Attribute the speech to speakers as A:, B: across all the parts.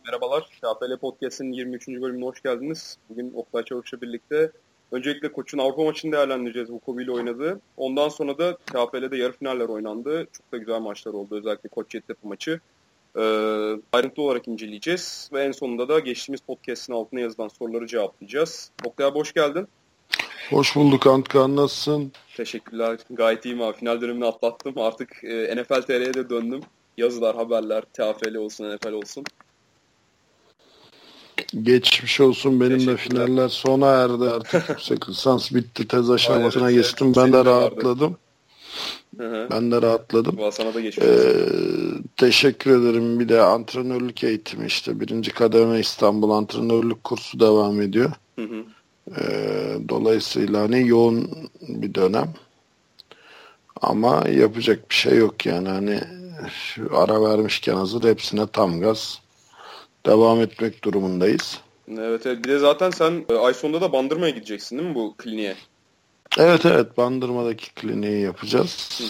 A: Merhabalar, KPL Podcast'ın 23. bölümüne hoş geldiniz. Bugün Oktay Çavuş'la birlikte öncelikle Koç'un Avrupa maçını değerlendireceğiz bu Kobe ile oynadığı. Ondan sonra da KPL'de yarı finaller oynandı. Çok da güzel maçlar oldu, özellikle Koç Yeditepe maçı. Ayrıntılı olarak inceleyeceğiz ve en sonunda da geçtiğimiz podcast'ın altına yazılan soruları cevaplayacağız. Oktay abi hoş geldin.
B: Hoş bulduk Antkan, nasılsın?
A: Teşekkürler, gayet iyiyim abi. Final dönemini atlattım. Artık NFL TR'ye de döndüm. Yazılar, haberler, TFL olsun, NFL olsun.
B: Geçmiş olsun, benim de finaller sona erdi artık. Yüksek lisans bitti, tez aşamasına geçtim. Ben de rahatladım. Ben de rahatladım.
A: Sana da geçmiş olsun.
B: Teşekkür ederim. Bir de antrenörlük eğitimi işte. 1. kademe İstanbul antrenörlük kursu devam ediyor. Dolayısıyla hani yoğun bir dönem. Ama yapacak bir şey yok yani. Hani ara vermişken hazır hepsine tam gaz devam etmek durumundayız.
A: Evet. Bir de zaten sen ay sonunda da Bandırma'ya gideceksin değil mi bu kliniğe?
B: Evet. Bandırma'daki kliniği yapacağız.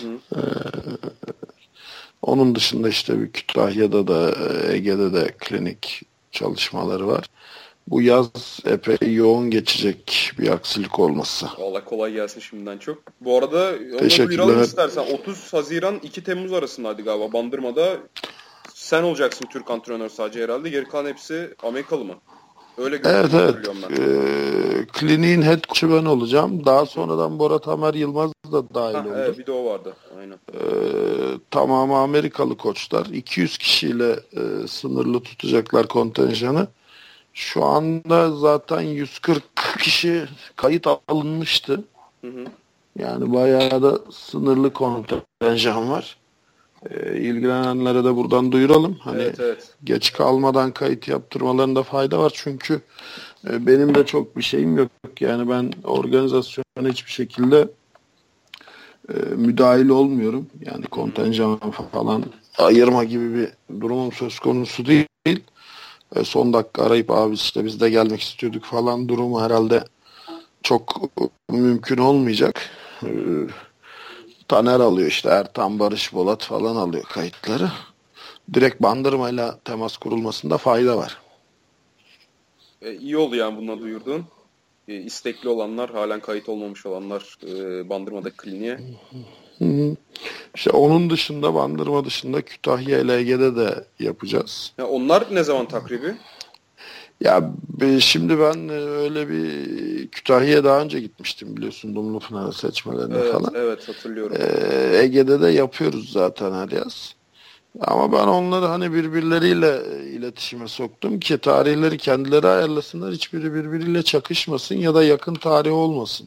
B: Onun dışında işte bir Kütahya'da da Ege'de de klinik çalışmaları var. Bu yaz epey yoğun geçecek, bir aksilik olması.
A: Vallahi kolay gelsin şimdiden çok. Bu arada onu
B: duyuralım
A: istersen. 30 Haziran 2 Temmuz arasındaydı galiba Bandırma'da. Sen olacaksın Türk antrenör sadece herhalde. Geri kalan hepsi Amerikalı mı? Öyle görüyorum ben.
B: Kliniğin head coach'u ben olacağım. Daha sonradan Bora Tamer Yılmaz da dahil oldu.
A: Evet, bir de o vardı. Aynen.
B: Tamamı Amerikalı koçlar. 200 kişiyle sınırlı tutacaklar kontenjanı. Şu anda zaten 140 kişi kayıt alınmıştı. Yani bayağı da sınırlı kontenjan var. İlgilenenlere de buradan duyuralım. Hani geç kalmadan kayıt yaptırmalarında fayda var. Çünkü benim de çok bir şeyim yok. Yani ben organizasyona hiçbir şekilde müdahil olmuyorum. Yani kontenjan falan ayırma gibi bir durumum söz konusu değil. Son dakika arayıp abi işte biz de gelmek istiyorduk falan durumu herhalde çok mümkün olmayacak. Taner alıyor işte, Ertan, Barış, Bolat falan alıyor kayıtları. Direkt Bandırma'yla temas kurulmasında fayda var.
A: İyi oldu yani bununla duyurduğun. İstekli olanlar, halen kayıt olmamış olanlar Bandırma'daki kliniğe.
B: İşte onun dışında, Bandırma dışında Kütahya ile Ege'de de yapacağız.
A: Ya onlar ne zaman takribi?
B: Ya şimdi ben öyle bir Kütahya'ya daha önce gitmiştim biliyorsun, Dumlu Pınar seçmelerine falan.
A: Evet, hatırlıyorum.
B: Ege'de de yapıyoruz zaten her yaz. Ama ben onları hani birbirleriyle iletişime soktum ki tarihleri kendileri ayarlasınlar. Hiçbiri birbiriyle çakışmasın ya da yakın tarih olmasın.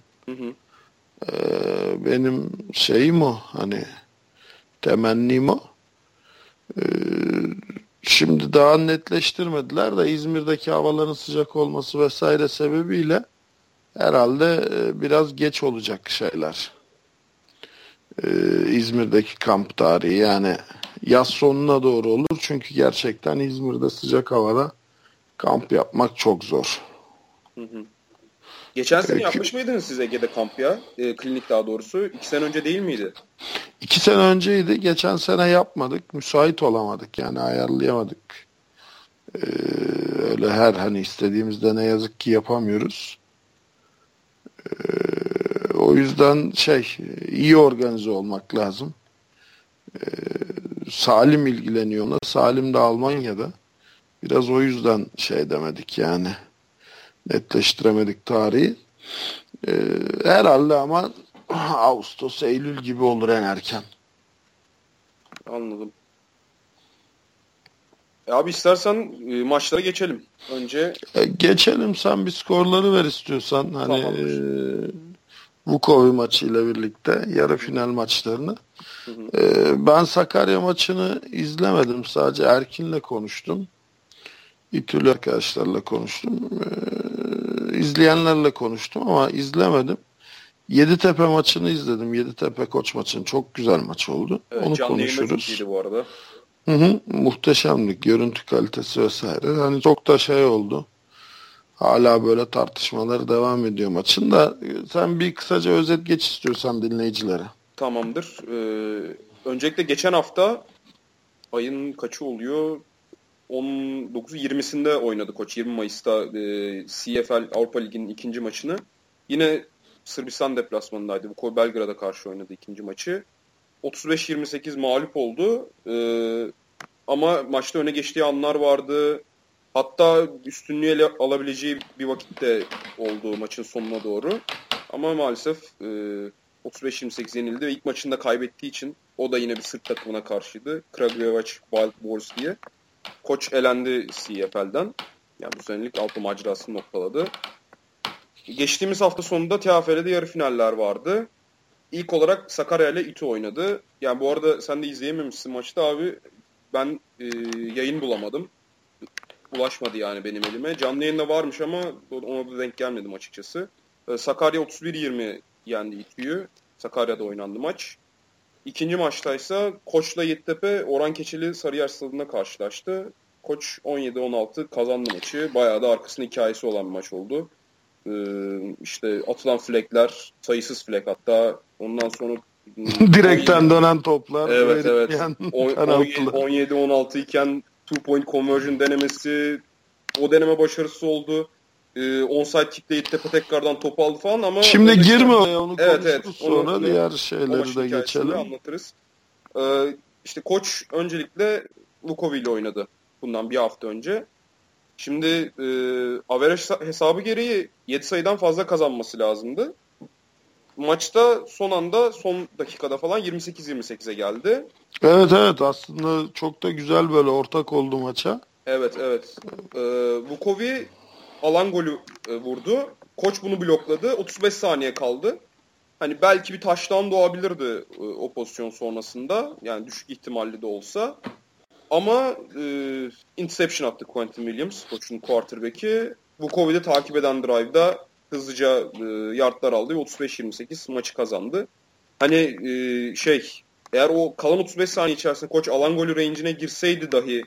B: Benim şeyim o, hani temennim o. Şimdi daha netleştirmediler de İzmir'deki havaların sıcak olması vesaire sebebiyle herhalde biraz geç olacak şeyler. İzmir'deki kamp tarihi yani yaz sonuna doğru olur. Çünkü gerçekten İzmir'de sıcak havada kamp yapmak çok zor.
A: Geçen sene yapmış mıydınız siz Ege'de kamp ya? Klinik daha doğrusu. 2 sene önce değil miydi?
B: 2 sene önceydi. Geçen sene yapmadık. Müsait olamadık yani, ayarlayamadık. Öyle her hani istediğimizde ne yazık ki yapamıyoruz. O yüzden iyi organize olmak lazım. Salim ilgileniyor ona. Salim de Almanya'da. Biraz o yüzden demedik yani. Netleştiremedik tarihi. Herhalde ama Ağustos, Eylül gibi olur en erken.
A: Anladım. Abi istersen maçlara geçelim. Önce
B: geçelim, sen bir skorları ver istiyorsan. Hani Vukovi maçıyla birlikte yarı final maçlarını. Ben Sakarya maçını izlemedim. Sadece Erkin'le konuştum. İTÜ'lü arkadaşlarla konuştum. İzleyenlerle konuştum ama izlemedim. Yeditepe maçını izledim. Yeditepe Koç maçını. Çok güzel maç oldu.
A: Evet,
B: onu
A: canlı
B: konuşuruz.
A: Çok iyiydi bu arada.
B: Muhteşemlik, görüntü kalitesi vesaire. Hani çok da oldu. Hala böyle tartışmalar devam ediyor maçın da. Sen bir kısaca özet geç istiyorsan dinleyicilere.
A: Tamamdır. Öncelikle geçen hafta ayın kaçı oluyor? 19-20'sinde oynadı koç. 20 Mayıs'ta CFL Avrupa Ligi'nin ikinci maçını. Yine Sırbistan deplasmanındaydı. Vukovi Belgrad'a karşı oynadı ikinci maçı. 35-28 mağlup oldu. Ama maçta öne geçtiği anlar vardı. Hatta üstünlüğü alabileceği bir vakitte oldu maçın sonuna doğru. Ama maalesef 35-28 yenildi ve ilk maçında kaybettiği için o da yine bir Sırp takımına karşıydı. Kragujevac Wild Boars diye. Koç elendi CFL'den. Yani bu senelik Avrupa macerasını noktaladı. Geçtiğimiz hafta sonunda TFL'de yarı finaller vardı. İlk olarak Sakarya ile İTÜ oynadı. Yani bu arada sen de izleyememişsin maçta abi. Ben yayın bulamadım. Ulaşmadı yani benim elime. Canlı yayında varmış ama ona da denk gelmedim açıkçası. Sakarya 31-20 yendi İTÜ'yü. Sakarya'da oynandı maç. İkinci maçtaysa Koç'la Yeditepe Orhan Keçeli Sarıyer Stadı'nda karşılaştı. Koç 17-16 kazandı maçı. Bayağı da arkasında hikayesi olan bir maç oldu. İşte atılan flagler, sayısız flag hatta. Ondan sonra
B: direkten dönen toplar.
A: Evet. 17-16 iken 2-point conversion denemesi, o deneme başarısı oldu. Onside kick'le Yeditepe tekrardan topu aldı falan ama...
B: Şimdi girme oraya, onu konuşuruz
A: evet.
B: sonra diğer şeyleri de geçelim.
A: Anlatırız. İşte Koç öncelikle Vukovi ile oynadı bundan bir hafta önce. Şimdi averaj hesabı gereği 7 sayıdan fazla kazanması lazımdı. Maçta son dakikada falan 28-28'e geldi.
B: Evet aslında çok da güzel böyle ortak oldu maça.
A: Evet. Vukovi alan golü vurdu. Koç bunu blokladı. 35 saniye kaldı. Hani belki bir touchdown doğabilirdi o pozisyon sonrasında. Yani düşük ihtimalli de olsa. Ama interception attı Quentin Williams, Koç'un quarterback'i. Vukovi'de takip eden drive'da hızlıca yardlar aldı ve 35-28 maçı kazandı. Hani eğer o kalan 35 saniye içerisinde Koç alan golü range'ine girseydi dahi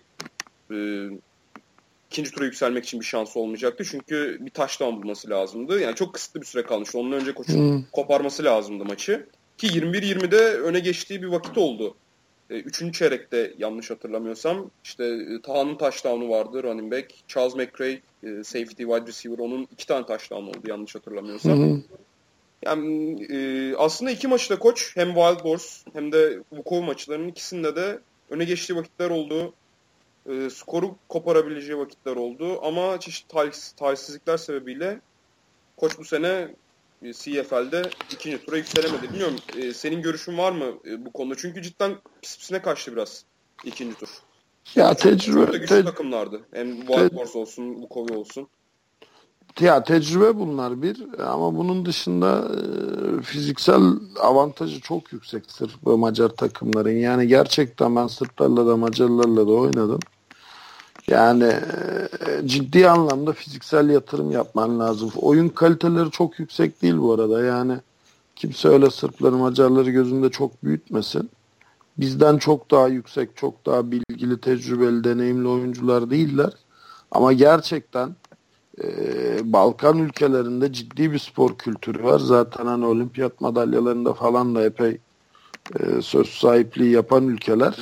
A: ikinci tura yükselmek için bir şansı olmayacaktı. Çünkü bir touchdown bulması lazımdı. Yani çok kısıtlı bir süre kalmıştı. Ondan önce Koç'un koparması lazımdı maçı. Ki 21-20'de öne geçtiği bir vakit oldu. Üçüncü çeyrekte yanlış hatırlamıyorsam. İşte Taha'nın touchdown'u vardı running back. Charles McRae safety wide receiver. Onun 2 tane touchdown'u oldu yanlış hatırlamıyorsam. Yani aslında iki maçı da Koç hem Wild Boars hem de Vukovi maçlarının ikisinde de öne geçtiği vakitler oldu. Skoru koparabileceği vakitler oldu. Ama çeşitli talihsizlikler sebebiyle Koç bu sene CFL'de ikinci tura yükselemedi. Bilmiyorum senin görüşün var mı bu konuda? Çünkü cidden pisine kaçtı biraz ikinci tur.
B: Ya
A: çok da güçlü takımlardı. Hem Wild Boars olsun, Vukovi olsun.
B: Ya tecrübe bunlar bir ama bunun dışında fiziksel avantajı çok yüksek Sırp ve Macar takımların. Yani gerçekten ben Sırplarla da Macarlarla da oynadım. Yani ciddi anlamda fiziksel yatırım yapman lazım. Oyun kaliteleri çok yüksek değil bu arada. Yani kimse öyle Sırpları Macarları gözünde çok büyütmesin. Bizden çok daha yüksek, çok daha bilgili, tecrübeli, deneyimli oyuncular değiller. Ama gerçekten Balkan ülkelerinde ciddi bir spor kültürü var. Zaten hani olimpiyat madalyalarında falan da epey söz sahipliği yapan ülkeler.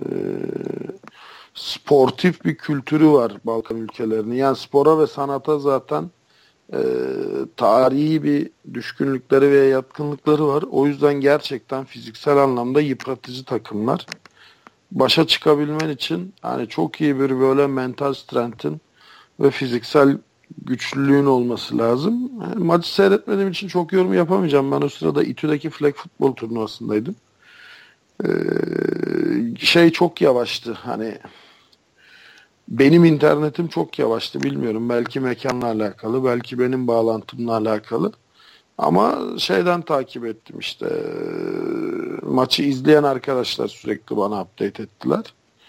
B: Sportif bir kültürü var Balkan ülkelerinin. Yani spora ve sanata zaten tarihi bir düşkünlükleri ve yatkınlıkları var. O yüzden gerçekten fiziksel anlamda yıpratıcı takımlar. Başa çıkabilmen için hani çok iyi bir böyle mental strength'in ve fiziksel güçlülüğün olması lazım. Yani maçı seyretmediğim için çok yorum yapamayacağım. Ben o sırada İTÜ'deki flag futbol turnuvasındaydım. Çok yavaştı. Hani benim internetim çok yavaştı. Bilmiyorum. Belki mekanla alakalı, belki benim bağlantımla alakalı. Ama şeyden takip ettim işte. Maçı izleyen arkadaşlar sürekli bana update ettiler.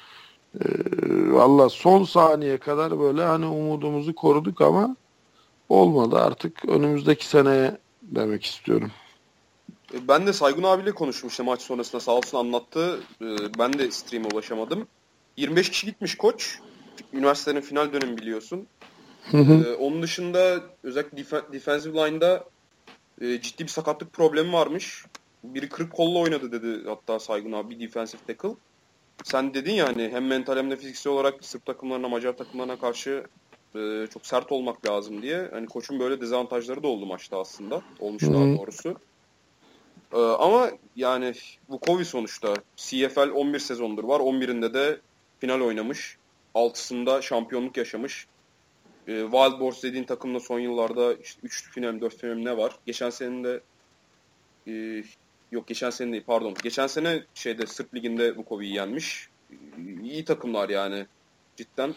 B: Valla son saniye kadar böyle hani umudumuzu koruduk ama olmadı. Artık önümüzdeki seneye demek istiyorum.
A: Ben de Saygun abiyle konuşmuştum maç sonrasında, sağ olsun anlattı. Ben de stream'e ulaşamadım. 25 kişi gitmiş Koç. Üniversitenin final dönemi biliyorsun. Onun dışında özellikle defensive line'da ciddi bir sakatlık problemi varmış. Biri kırık kolla oynadı dedi hatta Saygun abi, defensive tackle. sen dedin ya hani hem mental hem de fiziksel olarak Sırp takımlarına, Macar takımlarına karşı çok sert olmak lazım diye. Hani koçun böyle dezavantajları da oldu maçta aslında. Olmuş daha doğrusu. Ama yani Vukovic sonuçta CFL 11 sezondur var. 11'inde de final oynamış. 6'sında şampiyonluk yaşamış. Wild Boars dediğin takımla son yıllarda işte 3 final 4 final ne var? Geçen senenin de yok geçen sene değil pardon. Geçen sene Sırp Ligi'nde Vukovic'i yenmiş. İyi takımlar yani cidden.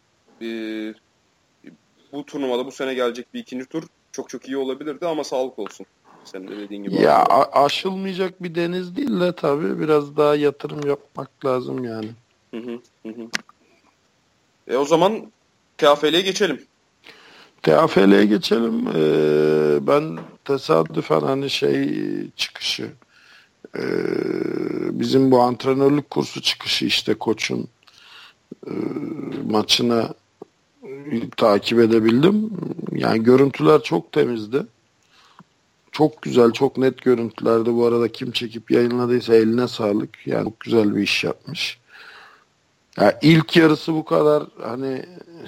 A: Bu turnuvada bu sene gelecek bir ikinci tur çok çok iyi olabilirdi ama sağlık olsun. Senin de dediğin gibi.
B: Ya aşılmayacak bir deniz değil de tabii biraz daha yatırım yapmak lazım yani.
A: O zaman TFL'ye geçelim.
B: TFL'ye geçelim. Ben tesadüfen hani çıkışı bizim bu antrenörlük kursu çıkışı işte koçun maçını takip edebildim. Yani görüntüler çok temizdi. Çok güzel, çok net görüntülerdi. Bu arada kim çekip yayınladıysa eline sağlık. Yani çok güzel bir iş yapmış. Yani ilk yarısı bu kadar hani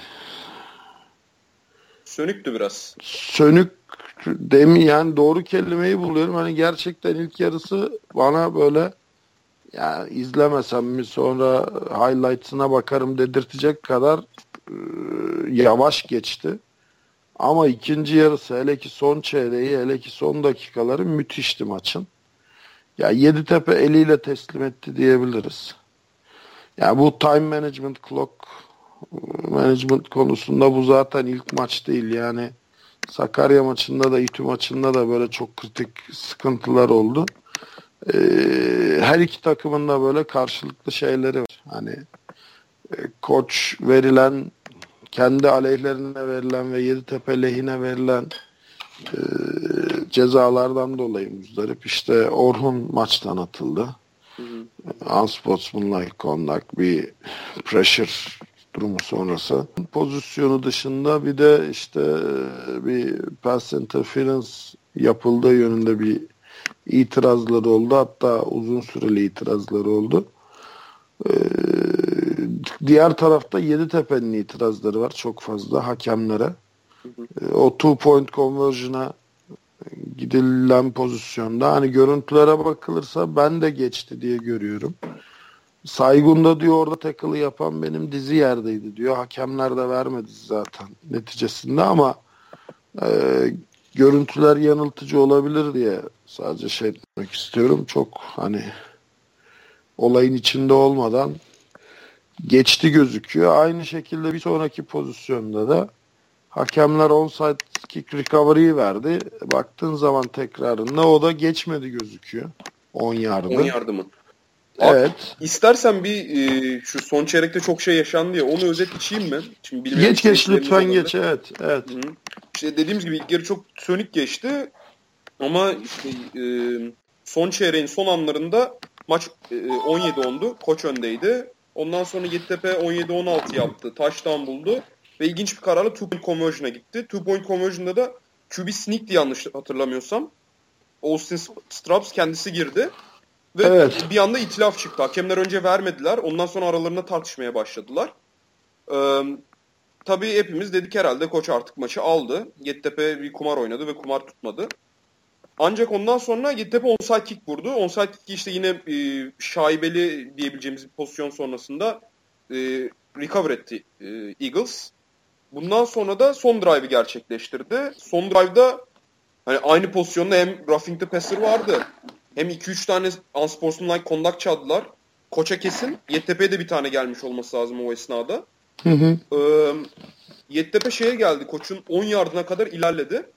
A: sönüktü biraz.
B: Sönük yani doğru kelimeyi buluyorum. Hani gerçekten ilk yarısı bana böyle yani izlemesem mi sonra highlights'ına bakarım dedirtecek kadar yavaş geçti. Ama ikinci yarısı hele ki son çeyreği hele ki son dakikaları müthişti maçın. Ya Yeditepe eliyle teslim etti diyebiliriz. Ya bu time management, clock management konusunda bu zaten ilk maç değil. Yani Sakarya maçında da İTÜ maçında da böyle çok kritik sıkıntılar oldu. Her iki takımın da böyle karşılıklı şeyleri var. Hani koç verilen kendi aleyhlerine verilen ve Yeditepe lehine verilen cezalardan dolayı muzdarip. İşte Orhun maçtan atıldı. Unsportsmanlike conduct bir pressure durumu sonrası. Pozisyonu dışında bir de işte bir pass interference yapıldığı yönünde bir itirazları oldu. Hatta uzun süreli itirazları oldu. Diğer tarafta Yeditepe'nin itirazları var çok fazla hakemlere. O 2-point conversion'a gidilen pozisyonda hani görüntülere bakılırsa ben de geçti diye görüyorum. Saygun'da diyor orada tackle'ı yapan benim dizi yerdeydi diyor. Hakemler de vermedi zaten neticesinde ama görüntüler yanıltıcı olabilir diye sadece demek istiyorum. Çok hani olayın içinde olmadan geçti gözüküyor. Aynı şekilde bir sonraki pozisyonda da hakemler onside kick recovery'yi verdi. Baktığın zaman tekrarında o da geçmedi gözüküyor. 10 yardı.
A: 10 yardı mı?
B: Evet.
A: Abi, istersen bir şu son çeyrekte çok şey yaşandı ya onu özet geçeyim mi? Şimdi
B: geç lütfen geç. Evet.
A: Hı-hı. İşte dediğimiz gibi ilk yarı çok sönük geçti ama işte son çeyreğin son anlarında maç 17-10'du. Koç öndeydi. Ondan sonra Yeditepe 17-16 yaptı. Touchdown buldu. Ve ilginç bir kararla 2-point conversion'a gitti. 2-point conversion'da da QB sneak'ti yanlış hatırlamıyorsam. Austin Straubs kendisi girdi. Ve bir anda itilaf çıktı. Hakemler önce vermediler. Ondan sonra aralarında tartışmaya başladılar. Tabii hepimiz dedik herhalde koç artık maçı aldı. Yeditepe bir kumar oynadı ve kumar tutmadı. Ancak ondan sonra Yeditepe onside kick vurdu. Onside kick'i işte yine şaibeli diyebileceğimiz bir pozisyon sonrasında recover etti Eagles. Bundan sonra da son drive'ı gerçekleştirdi. Son drive'da hani aynı pozisyonda hem roughing the passer vardı. Hem 2-3 tane unsportsmanlike conduct çaldılar. Koça kesin. Yeditepe'ye de bir tane gelmiş olması lazım o esnada. Yeditepe geldi. Koçun 10 yardına kadar ilerledi.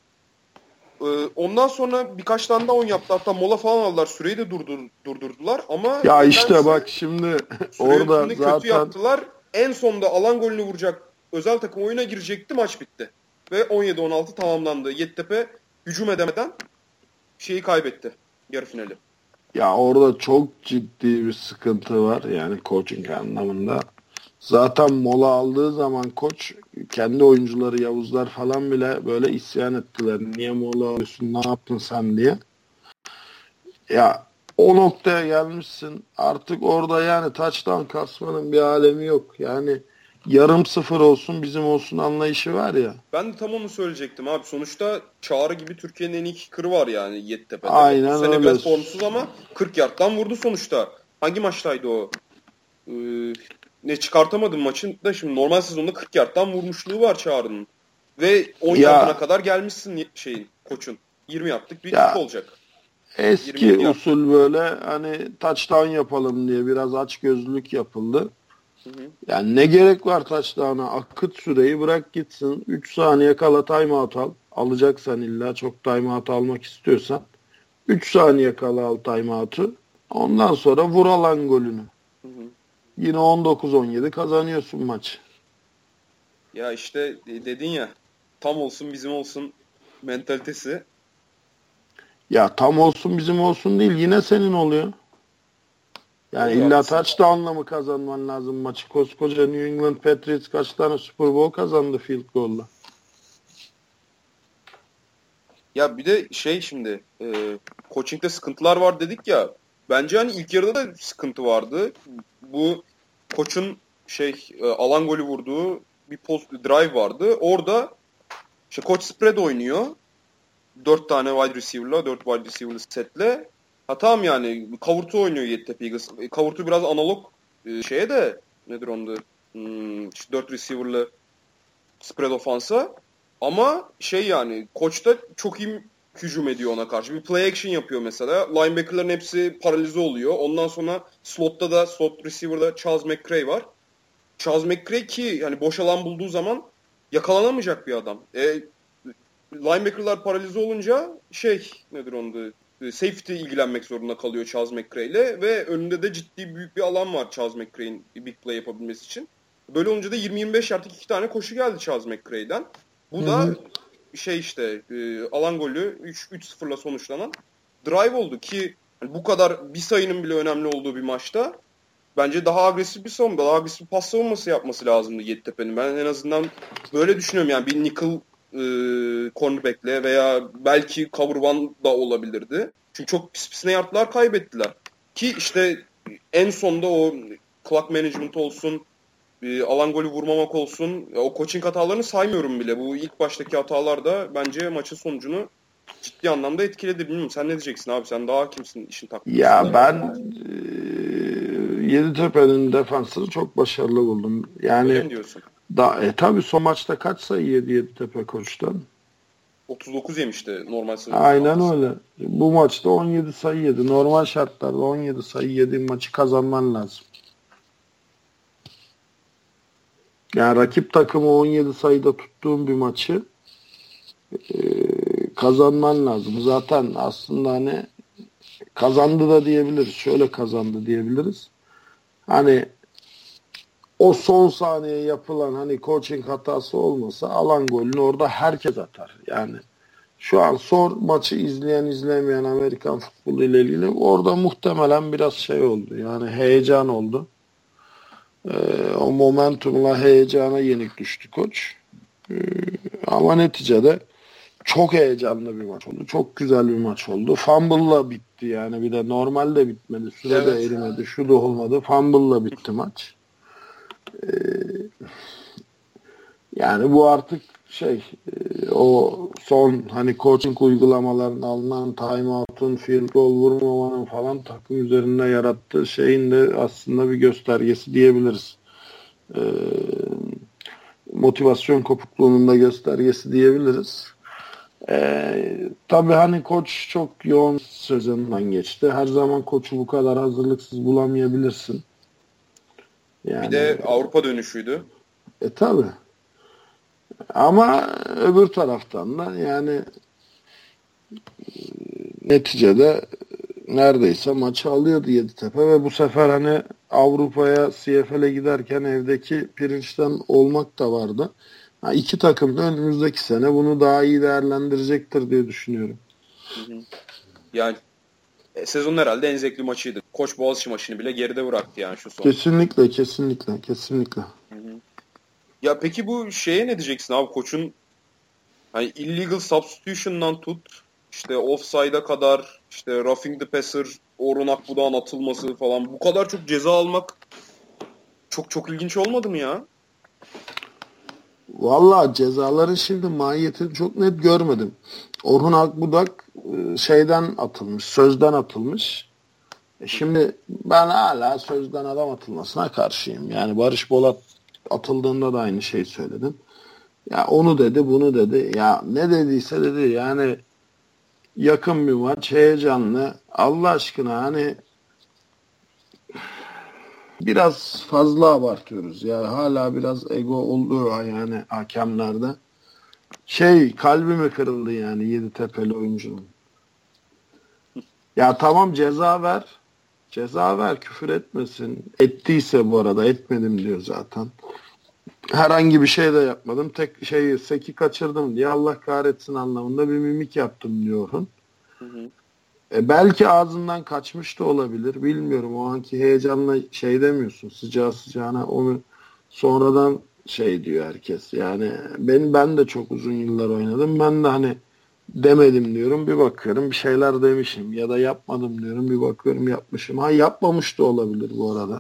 A: Ondan sonra birkaç tane daha 10 yaptı. Hatta mola falan aldılar. Süreyi de durdurdular. Ama
B: ya işte bak şimdi orada zaten
A: kötü yaptılar. En sonunda alan golünü vuracak özel takım oyuna girecekti. Maç bitti. Ve 17-16 tamamlandı. Yeditepe hücum edemeden kaybetti. Yarı finali.
B: Ya orada çok ciddi bir sıkıntı var yani coaching anlamında. Zaten mola aldığı zaman koç kendi oyuncuları Yavuzlar falan bile böyle isyan ettiler. Niye mola alıyorsun ne yaptın sen diye. Ya o noktaya gelmişsin. Artık orada yani touchdown kasmanın bir alemi yok. Yani yarım sıfır olsun bizim olsun anlayışı var ya.
A: Ben de tam onu söyleyecektim abi. Sonuçta Çağrı gibi Türkiye'nin en iyi kicker'ı var yani Yeditepe'de. Bu
B: Aynen
A: sene
B: öyle.
A: biraz formsuz ama 40 yardtan vurdu sonuçta. Hangi maçtaydı o? Ee, ne çıkartamadım maçın da şimdi normal sezonda 40 yardtan vurmuşluğu var Çağrı'nın. Ve 10 yardına
B: Ya
A: kadar gelmişsin şeyin koçun. 20 yardlık bir kick
B: ya
A: olacak.
B: eski
A: 27 yard.
B: usul böyle hani touchdown yapalım diye biraz açgözlülük yapıldı.
A: Hı hı.
B: Yani ne gerek var touchdown'a? Akıt süreyi bırak gitsin. 3 saniye kala timeout al. Alacaksan illa çok timeout almak istiyorsan. 3 saniye kala al timeout'u. Ondan sonra vur alan golünü.
A: Hı hı.
B: Yine 19-17 kazanıyorsun maç.
A: Ya işte dedin ya tam olsun bizim olsun mentalitesi.
B: Ya tam olsun bizim olsun değil yine senin oluyor. Yani
A: Doğru
B: illa
A: haklısın.
B: touchdown'la mı kazanman lazım maçı? Koskoca New England Patriots kaç tane Super Bowl kazandı field goal'la?
A: Ya bir de şey şimdi coaching'de sıkıntılar var dedik ya. Bence hani ilk yarıda da sıkıntı vardı. Bu koçun alan golü vurduğu bir post drive vardı. Orada işte koç spread oynuyor. 4 tane wide receiver'la, 4 wide receiver'lı setle. Ha tamam yani kavurtu oynuyor Yeditepe Eagles. Kavurtu biraz analog şeye de nedir onda? İşte 4 receiver'lı spread ofansa. Ama yani koç da çok iyi hücum ediyor ona karşı. Bir play action yapıyor mesela. Linebacker'ların hepsi paralize oluyor. Ondan sonra slot receiver'da Charles McCray var. Charles McCray ki yani boş alan bulduğu zaman yakalanamayacak bir adam. Linebacker'lar paralize olunca nedir onda? Safety ilgilenmek zorunda kalıyor Charles McCray'le ve önünde de ciddi büyük bir alan var Charles McCray'in big play yapabilmesi için. Böyle olunca da 20-25 yardlık 2 tane koşu geldi Charles McCray'den. Bu da alan golü 3-0'la sonuçlanan drive oldu ki hani bu kadar bir sayının bile önemli olduğu bir maçta bence daha agresif bir savunma, daha agresif bir pas savunması yapması lazımdı Yeditepe'nin. Ben en azından böyle düşünüyorum yani bir nickel cornerback'le veya belki cover one da olabilirdi. Çünkü çok pis pisine yardlar kaybettiler. Ki işte en sonda o clock management olsun, alan golü vurmamak olsun, o coaching hatalarını saymıyorum bile. Bu ilk baştaki hatalar da bence maçın sonucunu ciddi anlamda etkiledi. Bilmiyorum sen ne diyeceksin abi? Sen daha kimsin işin
B: Ya
A: taktikçisinde?
B: ben Yeditepe'nin defansını çok başarılı buldum.
A: Öyle
B: Yani
A: mi diyorsun?
B: tabii son maçta kaç sayı yedi Yeditepe koçtan?
A: 39 yemişti normal sezon
B: Aynen
A: sıralaması.
B: öyle. Bu maçta 17 sayı yedi. Normal şartlarda 17 sayı yediğin maçı kazanman lazım. Yani rakip takımı 17 sayıda tuttuğun bir maçı kazanman lazım. Zaten aslında hani kazandı da diyebiliriz. Şöyle kazandı diyebiliriz. Hani o son saniye yapılan hani coaching hatası olmasa alan golünü orada herkes atar. Yani şu an sor maçı izlemeyen Amerikan futbolu ile ilgili orada muhtemelen biraz şey oldu. Yani heyecan oldu. O momentumla heyecana yenik düştü koç. Ama neticede çok heyecanlı bir maç oldu. Çok güzel bir maç oldu. Fumble'la bitti yani. Bir de normalde bitmedi. Sürede
A: Evet.
B: erimedi. Şu da olmadı. Fumble'la bitti maç. Yani bu artık o son hani coaching uygulamalarının alınan timeout'un, field goal vurmamanın falan takım üzerinde yarattığı şeyin de aslında bir göstergesi diyebiliriz. Ee, motivasyon kopukluğunun da göstergesi diyebiliriz. Tabii hani koç çok yoğun sezondan geçti. Her zaman koçu bu kadar hazırlıksız bulamayabilirsin.
A: Bir
B: Yani
A: de Avrupa dönüşüydü.
B: tabii. Ama öbür taraftan da yani neticede neredeyse maçı alıyordu Yeditepe ve bu sefer hani Avrupa'ya CFL'e giderken evdeki pirinçten olmak da vardı. İki takım da önümüzdeki sene bunu daha iyi değerlendirecektir diye düşünüyorum.
A: Hı hı. Yani sezonun herhalde en zevkli maçıydı. Koç Boğaziçi maçını bile geride bıraktı yani şu son.
B: Kesinlikle, kesinlikle, kesinlikle.
A: Hı hı. Ya peki bu şeye ne diyeceksin abi? Koçun hani illegal substitution'dan tut işte offside'a kadar işte roughing the passer, Orhun Akbu'dan atılması falan. Bu kadar çok ceza almak çok çok ilginç olmadı mı ya?
B: Valla cezaların şimdi mahiyetini çok net görmedim. Orhun Akbudak şeyden atılmış, sözden atılmış. Şimdi ben hala sözden adam atılmasına karşıyım. Yani Barış Bolat atıldığında da aynı şeyi söyledim. Ya onu dedi, bunu dedi. Ya ne dediyse dedi. Yani yakın bir maç, heyecanlı. Allah aşkına hani biraz fazla abartıyoruz. Ya hala biraz ego oluyor yani hakemlerde. Kalbimi kırıldı yani Yeditepe'li oyuncunun. Ya tamam ceza ver. Ceza ver, küfür etmesin. Ettiyse bu arada etmedim diyor zaten. Herhangi bir şey de yapmadım. Tek seki kaçırdım diye Allah kahretsin anlamında bir mimik yaptım diyorsun.
A: Hı hı.
B: Belki ağzından kaçmış da olabilir. Bilmiyorum. O anki heyecanla şey demiyorsun. Sıcağı sıcağına onu sonradan diyor herkes. Yani ben de çok uzun yıllar oynadım. Ben de hani demedim diyorum. Bir bakıyorum bir şeyler demişim. Ya da yapmadım diyorum. Bir bakıyorum yapmışım. Ha yapmamış da olabilir bu arada.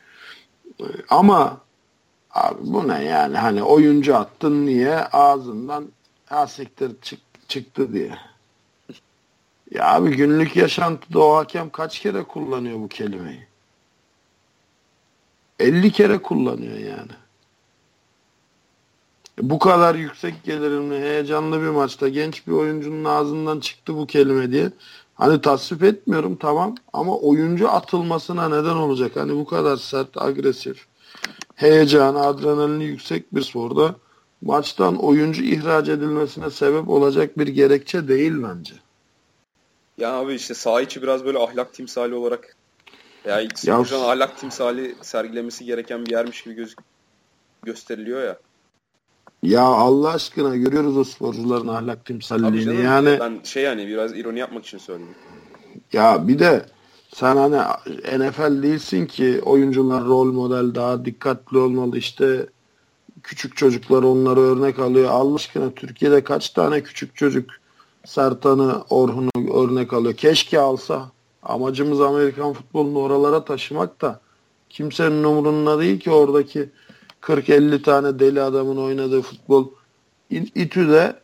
B: Ama abi bu ne yani? Hani oyuncu attın niye? Ağzından siktir çıktı diye. Ya abi günlük yaşantıda o hakem kaç kere kullanıyor bu kelimeyi? 50 kere kullanıyor yani. Bu kadar yüksek gelirimli, heyecanlı bir maçta genç bir oyuncunun ağzından çıktı bu kelime diye. Hani tasvip etmiyorum tamam ama oyuncu atılmasına neden olacak. Hani bu kadar sert, agresif, heyecan, adrenalini yüksek bir sporda maçtan oyuncu ihraç edilmesine sebep olacak bir gerekçe değil bence.
A: Ya abi işte saha içi biraz böyle ahlak timsali olarak yani
B: Ya,
A: sporcuların ahlak timsali sergilemesi gereken bir yermiş gibi gösteriliyor ya.
B: ya Allah aşkına görüyoruz o sporcuların ahlak
A: Tabii
B: timsalliğini.
A: canım
B: Yani
A: ben hani biraz ironi yapmak için söyledim.
B: ya bir de sen hani NFL değilsin ki oyuncular rol model daha dikkatli olmalı işte küçük çocuklar onları örnek alıyor. Allah aşkına Türkiye'de kaç tane küçük çocuk Sertan'ı, Orhun'u örnek alıyor. Keşke alsa. Amacımız Amerikan futbolunu oralara taşımak da kimsenin umurunda değil ki oradaki 40-50 tane deli adamın oynadığı futbol. İTÜ'de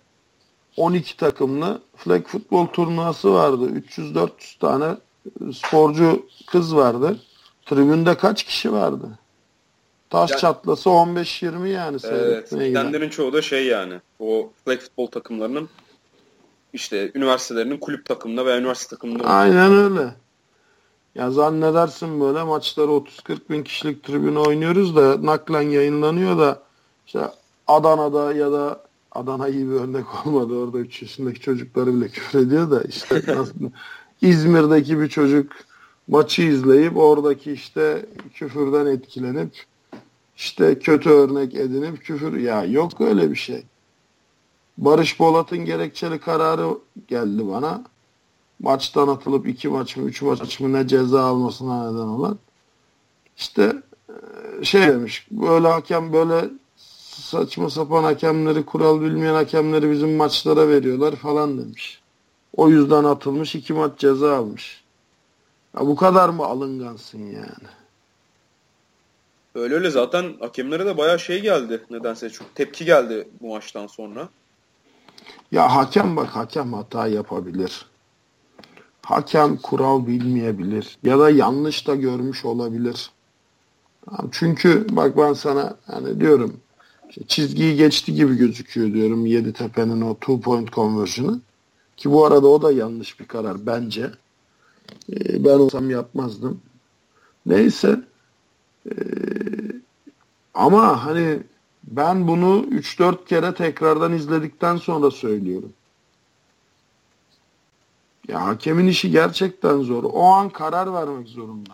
B: 12 takımlı flag futbol turnuvası vardı. 300-400 tane sporcu kız vardı. Tribünde kaç kişi vardı? Taş
A: Yani,
B: çatlası 15-20 yani
A: evet,
B: seyretmeye giden.
A: gidenlerin çoğu da yani o flag futbol takımlarının işte üniversitelerinin kulüp takımında veya üniversite takımında oynuyor.
B: Aynen öyle. Ya zannedersin böyle maçları 30-40 bin kişilik tribüne oynuyoruz da naklen yayınlanıyor da işte Adana'da ya da Adana iyi bir örnek olmadı. Orada 3 yaşındaki çocukları bile küfür ediyor da işte nasıl İzmir'deki bir çocuk maçı izleyip oradaki işte küfürden etkilenip işte kötü örnek edinip küfür ya yok öyle bir şey. Barış Bolat'ın gerekçeli kararı geldi bana. Maçtan atılıp 2 maç mı 3 maç mı ne ceza almasına neden olan. İşte demiş böyle hakem böyle saçma sapan hakemleri kural bilmeyen hakemleri bizim maçlara veriyorlar falan demiş. O yüzden atılmış 2 maç ceza almış. Ya bu kadar mı alıngansın yani?
A: Öyle zaten hakemlere de bayağı geldi. Nedense çok tepki geldi bu maçtan sonra.
B: Ya hakem hata yapabilir. Hakem kural bilmeyebilir ya da yanlış da görmüş olabilir. Çünkü bak ben sana hani diyorum çizgiyi geçti gibi gözüküyor diyorum Yeditepe'nin o 2 point conversion'ı. Ki bu arada o da yanlış bir karar bence. Ben olsam yapmazdım. Neyse. Ama hani ben bunu 3-4 kere tekrardan izledikten sonra söylüyorum. Ya hakemin işi gerçekten zor. O an karar vermek zorunda.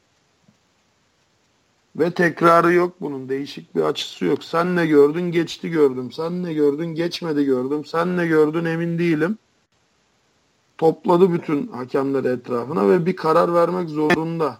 B: Ve tekrarı yok bunun. Değişik bir açısı yok. Sen ne gördün? Geçti gördüm. Sen ne gördün? Geçmedi gördüm. Sen ne gördün? Emin değilim. Topladı bütün hakemleri etrafına ve bir karar vermek zorunda.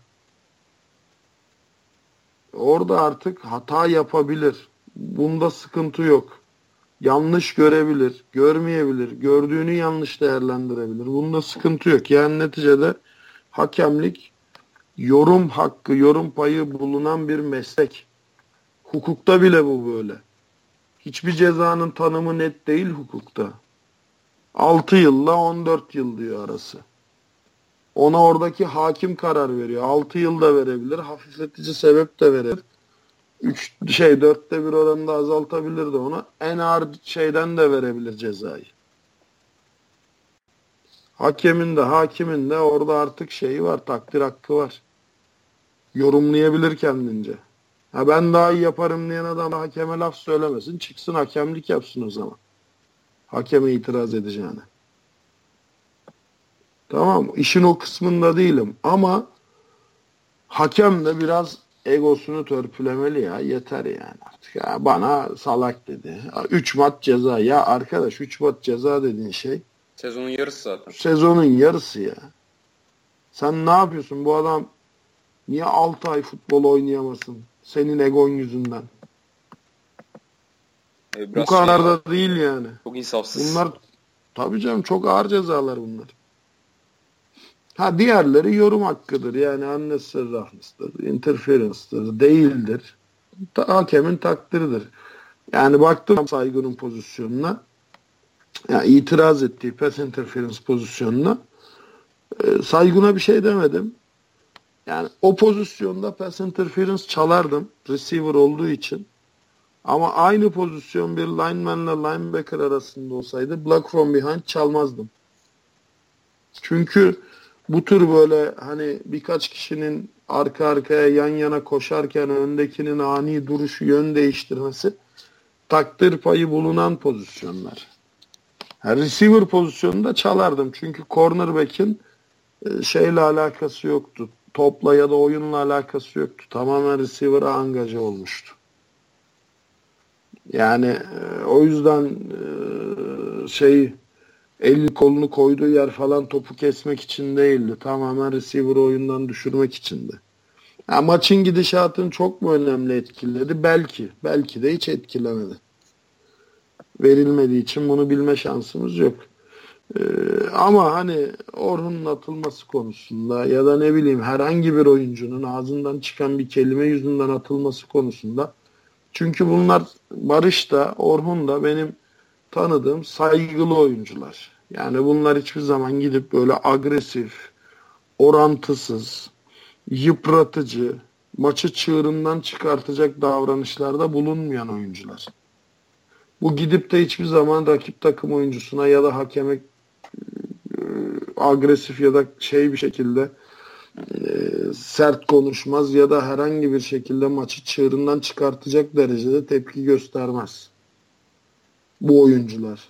B: Orada artık hata yapabilir. Bunda sıkıntı yok. yanlış görebilir, görmeyebilir, gördüğünü yanlış değerlendirebilir. Bunda sıkıntı yok. Yani neticede hakemlik yorum hakkı, yorum payı bulunan bir meslek. Hukukta bile bu böyle. Hiçbir cezanın tanımı net değil hukukta. 6 yılla 14 yıl diyor arası. Ona oradaki hakim karar veriyor. 6 yıl da verebilir, hafifletici sebep de verebilir. 4'te 1 oranında azaltabilir de ona. En ağır şeyden de verebilir cezayı. Hakemin de hakimin de orada artık şeyi var, takdir hakkı var. Yorumlayabilir kendince. Ha ben daha iyi yaparım diyen adam hakeme laf söylemesin. Çıksın hakemlik yapsın o zaman. Hakeme itiraz edeceğine. Tamam, işin o kısmında değilim ama hakem de biraz egosunu törpülemeli ya. Yeter yani artık. Ya bana salak dedi. 3 maç ceza. Ya arkadaş 3 maç ceza dediğin şey
A: Sezonun yarısı zaten.
B: sezonun yarısı ya. Sen ne yapıyorsun? Bu adam niye 6 ay futbol oynayamasın? Senin egon yüzünden. Bu kadar da değil yani.
A: Çok insafsız.
B: Bunlar tabii canım çok ağır cezalar bunlar. Ha diğerleri yorum hakkıdır. Yani unnecessary roughness'tır, interference'tır, değildir. Hakemin takdiridir. Yani baktım Saygun'un pozisyonuna, yani itiraz ettiği pass interference pozisyonuna, Saygun'a bir şey demedim. Yani o pozisyonda pass interference çalardım receiver olduğu için. Ama aynı pozisyon bir lineman'la linebacker arasında olsaydı block from behind çalmazdım. Çünkü bu tür böyle hani birkaç kişinin arka arkaya yan yana koşarken öndekinin ani duruşu, yön değiştirmesi takdir payı bulunan pozisyonlar. Yani receiver pozisyonunda çalardım. Çünkü cornerback'in şeyle alakası yoktu. Topla ya da oyunla alakası yoktu. Tamamen receiver'a angaje olmuştu. Yani o yüzden elini kolunu koyduğu yer falan topu kesmek için değildi. Tamamen receiver'ı oyundan düşürmek içindi. Yani maçın gidişatını çok mu önemli etkiledi? Belki. Belki de hiç etkilemedi. Verilmediği için bunu bilme şansımız yok. Ama hani Orhun'un atılması konusunda ya da ne bileyim herhangi bir oyuncunun ağzından çıkan bir kelime yüzünden atılması konusunda, çünkü bunlar Barış da Orhun da benim tanıdığım saygılı oyuncular. Yani bunlar hiçbir zaman gidip böyle agresif, orantısız, yıpratıcı, maçı çığırından çıkartacak davranışlarda bulunmayan oyuncular. Bu gidip de hiçbir zaman rakip takım oyuncusuna ya da hakeme agresif ya da bir şekilde sert konuşmaz ya da herhangi bir şekilde maçı çığırından çıkartacak derecede tepki göstermez. Bu oyuncular.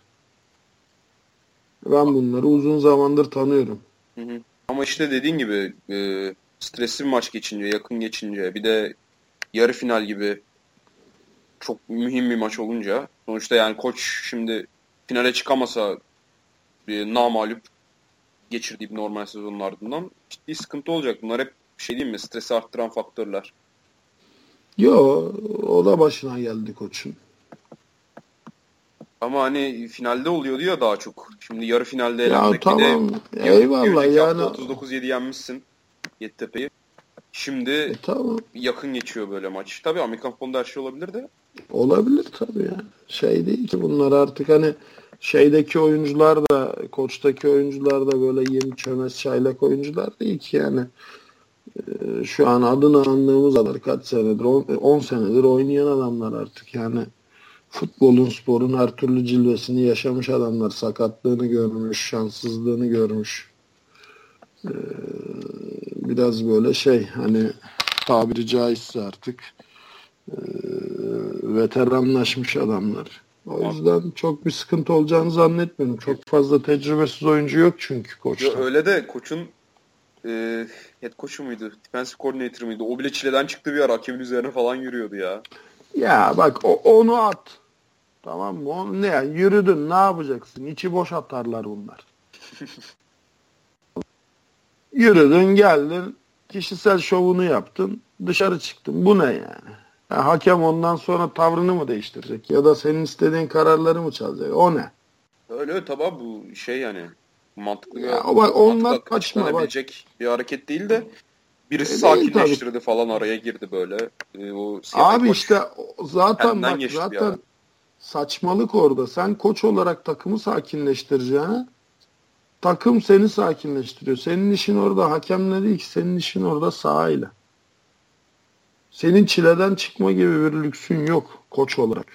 B: Ben bunları uzun zamandır tanıyorum.
A: Hı. Ama işte dediğin gibi stresli bir maç geçince, yakın geçince, bir de yarı final gibi çok mühim bir maç olunca, sonuçta yani koç şimdi finale çıkamasa namağlup geçirdiği bir normal sezonun ardından ciddi sıkıntı olacak. Bunlar hep değil mi? Stresi arttıran faktörler.
B: Yo, o da başına geldi koçun.
A: Ama hani finalde oluyordu ya daha çok. Şimdi yarı finalde
B: elenmek. Tamam. Bir de eyvallah yani.
A: 39-7 yenmişsin Yeditepe'yi. Şimdi
B: tamam.
A: Yakın geçiyor böyle maç. Tabii Amerikan futbolunda her şey olabilir de.
B: Olabilir tabii ya. Değil ki bunlar artık hani şeydeki oyuncular da, koçtaki oyuncular da böyle yeni çömez çaylak oyuncular değil ki yani. Şu an adını andığımız kadar kaç senedir, 10 senedir oynayan adamlar artık yani. Futbolun, sporun her türlü cilvesini yaşamış adamlar. Sakatlığını görmüş, şanssızlığını görmüş. Biraz böyle hani tabiri caizse artık veteranlaşmış adamlar. O yüzden çok bir sıkıntı olacağını zannetmiyorum. Çok fazla tecrübesiz oyuncu yok çünkü koçta.
A: Öyle de koçun head koçu muydu? Defensive coordinator mıydı? O bile çileden çıktı bir ara. Hakemin üzerine falan yürüyordu ya.
B: Ya bak onu at. Tamam mı? Onu ne yani? Yürüdün ne yapacaksın? İçi boş atarlar bunlar. Yürüdün geldin. Kişisel şovunu yaptın. Dışarı çıktın. Bu ne yani? Hakem ondan sonra tavrını mı değiştirecek? Ya da senin istediğin kararları mı çalacak? O ne?
A: Öyle tabii bu şey yani mantıklı
B: Ya bak onlar
A: mantıklı
B: kaçma bak.
A: açıklanabilecek bir hareket değil de birisi
B: Değil tabii.
A: sakinleştirdi falan araya girdi böyle. O siyahi
B: Abi
A: koç
B: işte zaten
A: kendinden
B: bak
A: geçti bir ara.
B: zaten saçmalık orada. Sen koç olarak takımı sakinleştireceğine takım seni sakinleştiriyor. Senin işin orada hakemle değil ki, senin işin orada sahayla. Senin çileden çıkma gibi bir lüksün yok koç olarak.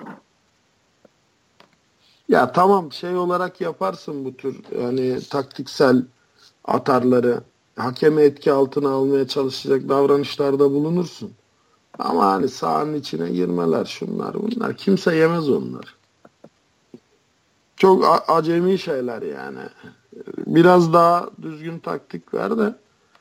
B: Ya tamam şey olarak yaparsın bu tür yani taktiksel atarları, hakemi etki altına almaya çalışacak davranışlarda bulunursun. Ama hani sahanın içine girmeler şunlar bunlar kimse yemez onları. Çok acemi şeyler yani. Biraz daha düzgün taktik ver de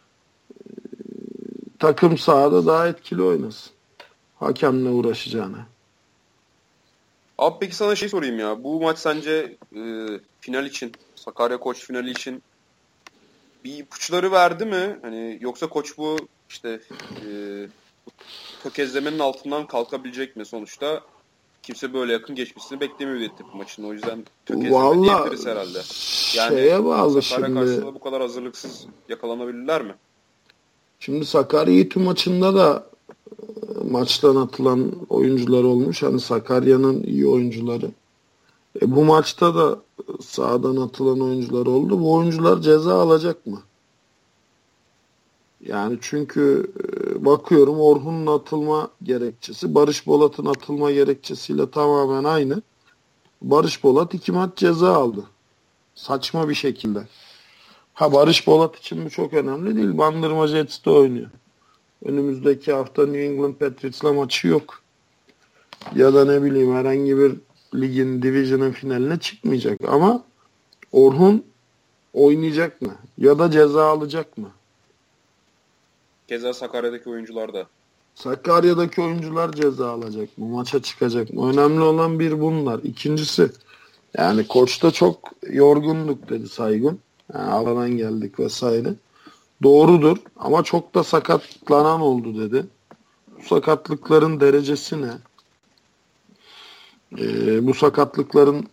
B: takım sahada daha etkili oynasın. Hakemle uğraşacağına.
A: Abi peki sana şey sorayım ya. Bu maç sence final için, Sakarya Koç finali için bir ipuçları verdi mi? Hani yoksa koç bu işte e, tökezlemenin altından kalkabilecek mi sonuçta? Kimse böyle yakın geçmesini beklemiyor bu maçın. O yüzden tökezleme
B: Valla
A: diyebiliriz herhalde. Yani
B: şeye bağlı
A: Sakarya
B: şimdi.
A: karşısında bu kadar hazırlıksız yakalanabilirler mi?
B: Şimdi Sakarya İTÜ maçında da maçtan atılan oyuncular olmuş. Hani Sakarya'nın iyi oyuncuları. Bu maçta da sahadan atılan oyuncular oldu. Bu oyuncular ceza alacak mı? Yani çünkü bakıyorum Orhun'un atılma gerekçesi Barış Bolat'ın atılma gerekçesiyle tamamen aynı. Barış Bolat 2 maç ceza aldı. Saçma bir şekilde. Ha Barış Bolat için bu çok önemli değil. Bandırma Jets'te oynuyor. Önümüzdeki hafta New England Patriots'la maçı yok. Ya da ne bileyim herhangi bir ligin, division'ın finaline çıkmayacak. Ama Orhun oynayacak mı? Ya da ceza alacak mı?
A: Keza Sakarya'daki oyuncular da.
B: Sakarya'daki oyuncular ceza alacak mı? Maça çıkacak mı? Önemli olan bir bunlar. İkincisi yani koçta çok yorgunluk dedi Saygun. Yani aradan geldik vesaire. Doğrudur ama çok da sakatlanan oldu dedi. Bu sakatlıkların derecesi ne? Bu sakatlıkların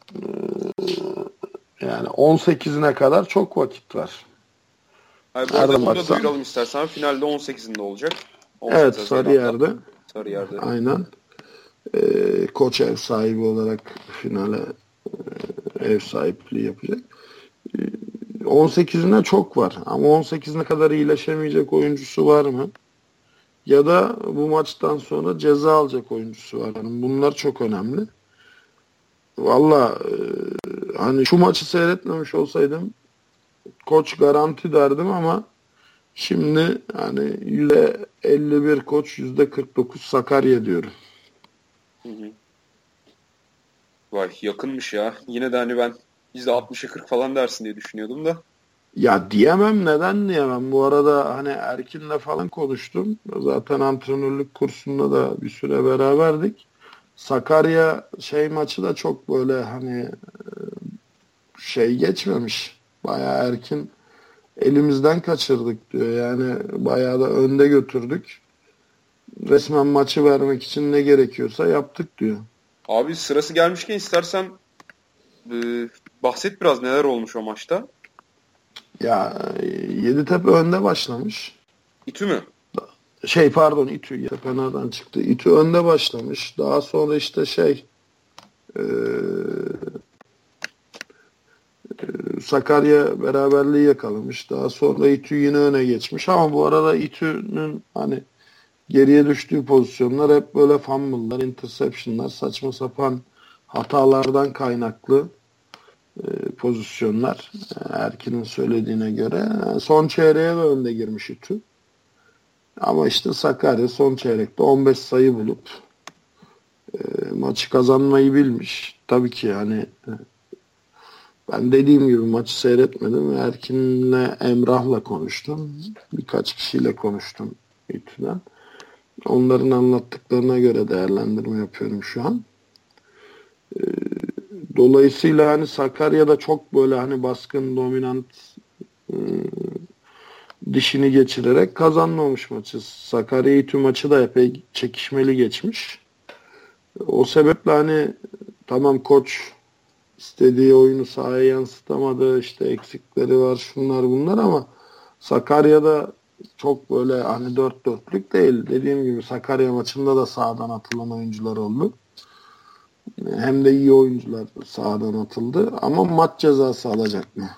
B: yani 18'ine kadar çok vakit var.
A: Hayır, bu arada
B: Nereden
A: bunu da
B: baksan.
A: duyuralım istersen. Finalde 18'inde olacak. 18
B: Evet
A: Haziran'da.
B: Sarıyer'de.
A: Sarıyer'de.
B: Aynen. Koç ev sahibi olarak finale ev sahipliği yapacak. 18'ine çok var. Ama 18'ine kadar iyileşemeyecek oyuncusu var mı? Ya da bu maçtan sonra ceza alacak oyuncusu var. Yani bunlar çok önemli. Valla hani şu maçı seyretmemiş olsaydım koç garanti derdim ama şimdi hani %51 koç %49 Sakarya diyorum.
A: Hı hı. Vay yakınmış ya. Yine de hani ben %60'a 40 falan dersin diye düşünüyordum da.
B: Ya diyemem neden diyemem. Bu arada hani Erkin'le falan konuştum. Zaten antrenörlük kursunda da bir süre beraberdik. Sakarya şey maçı da çok böyle hani şey geçmemiş. Bayağı Erkin elimizden kaçırdık diyor. Yani bayağı da önde götürdük. Resmen maçı vermek için ne gerekiyorsa yaptık diyor.
A: Abi sırası gelmişken istersen bahset biraz neler olmuş o maçta.
B: Ya Yeditepe önde başlamış.
A: İTÜ mü?
B: Pardon İTÜ. Yeditepe nereden çıktı? İTÜ önde başlamış. Daha sonra işte e, Sakarya beraberliği yakalamış. Daha sonra İTÜ yine öne geçmiş. Ama bu arada İTÜ'nün hani geriye düştüğü pozisyonlar hep böyle fumble'lar, interception'lar, saçma sapan hatalardan kaynaklı pozisyonlar. Erkin'in söylediğine göre. Son çeyreğe de önde girmiş İTÜ. Ama işte Sakarya son çeyrekte 15 sayı bulup maçı kazanmayı bilmiş. Tabii ki hani ben dediğim gibi maçı seyretmedim. Erkin'le Emrah'la konuştum. Birkaç kişiyle konuştum İTÜ'den. Onların anlattıklarına göre değerlendirme yapıyorum şu an. Dolayısıyla hani Sakarya'da çok böyle hani baskın, dominant dişini geçirerek kazanmamış maçı. Sakarya İTÜ maçı da epey çekişmeli geçmiş. O sebeple hani tamam koç istediği oyunu sahaya yansıtamadı. İşte eksikleri var, şunlar bunlar ama Sakarya'da çok böyle hani dört dörtlük değil. Dediğim gibi Sakarya maçında da sahadan atılan oyuncular oldu. Hem de iyi oyuncular sahadan atıldı. Ama maç cezası alacak mı?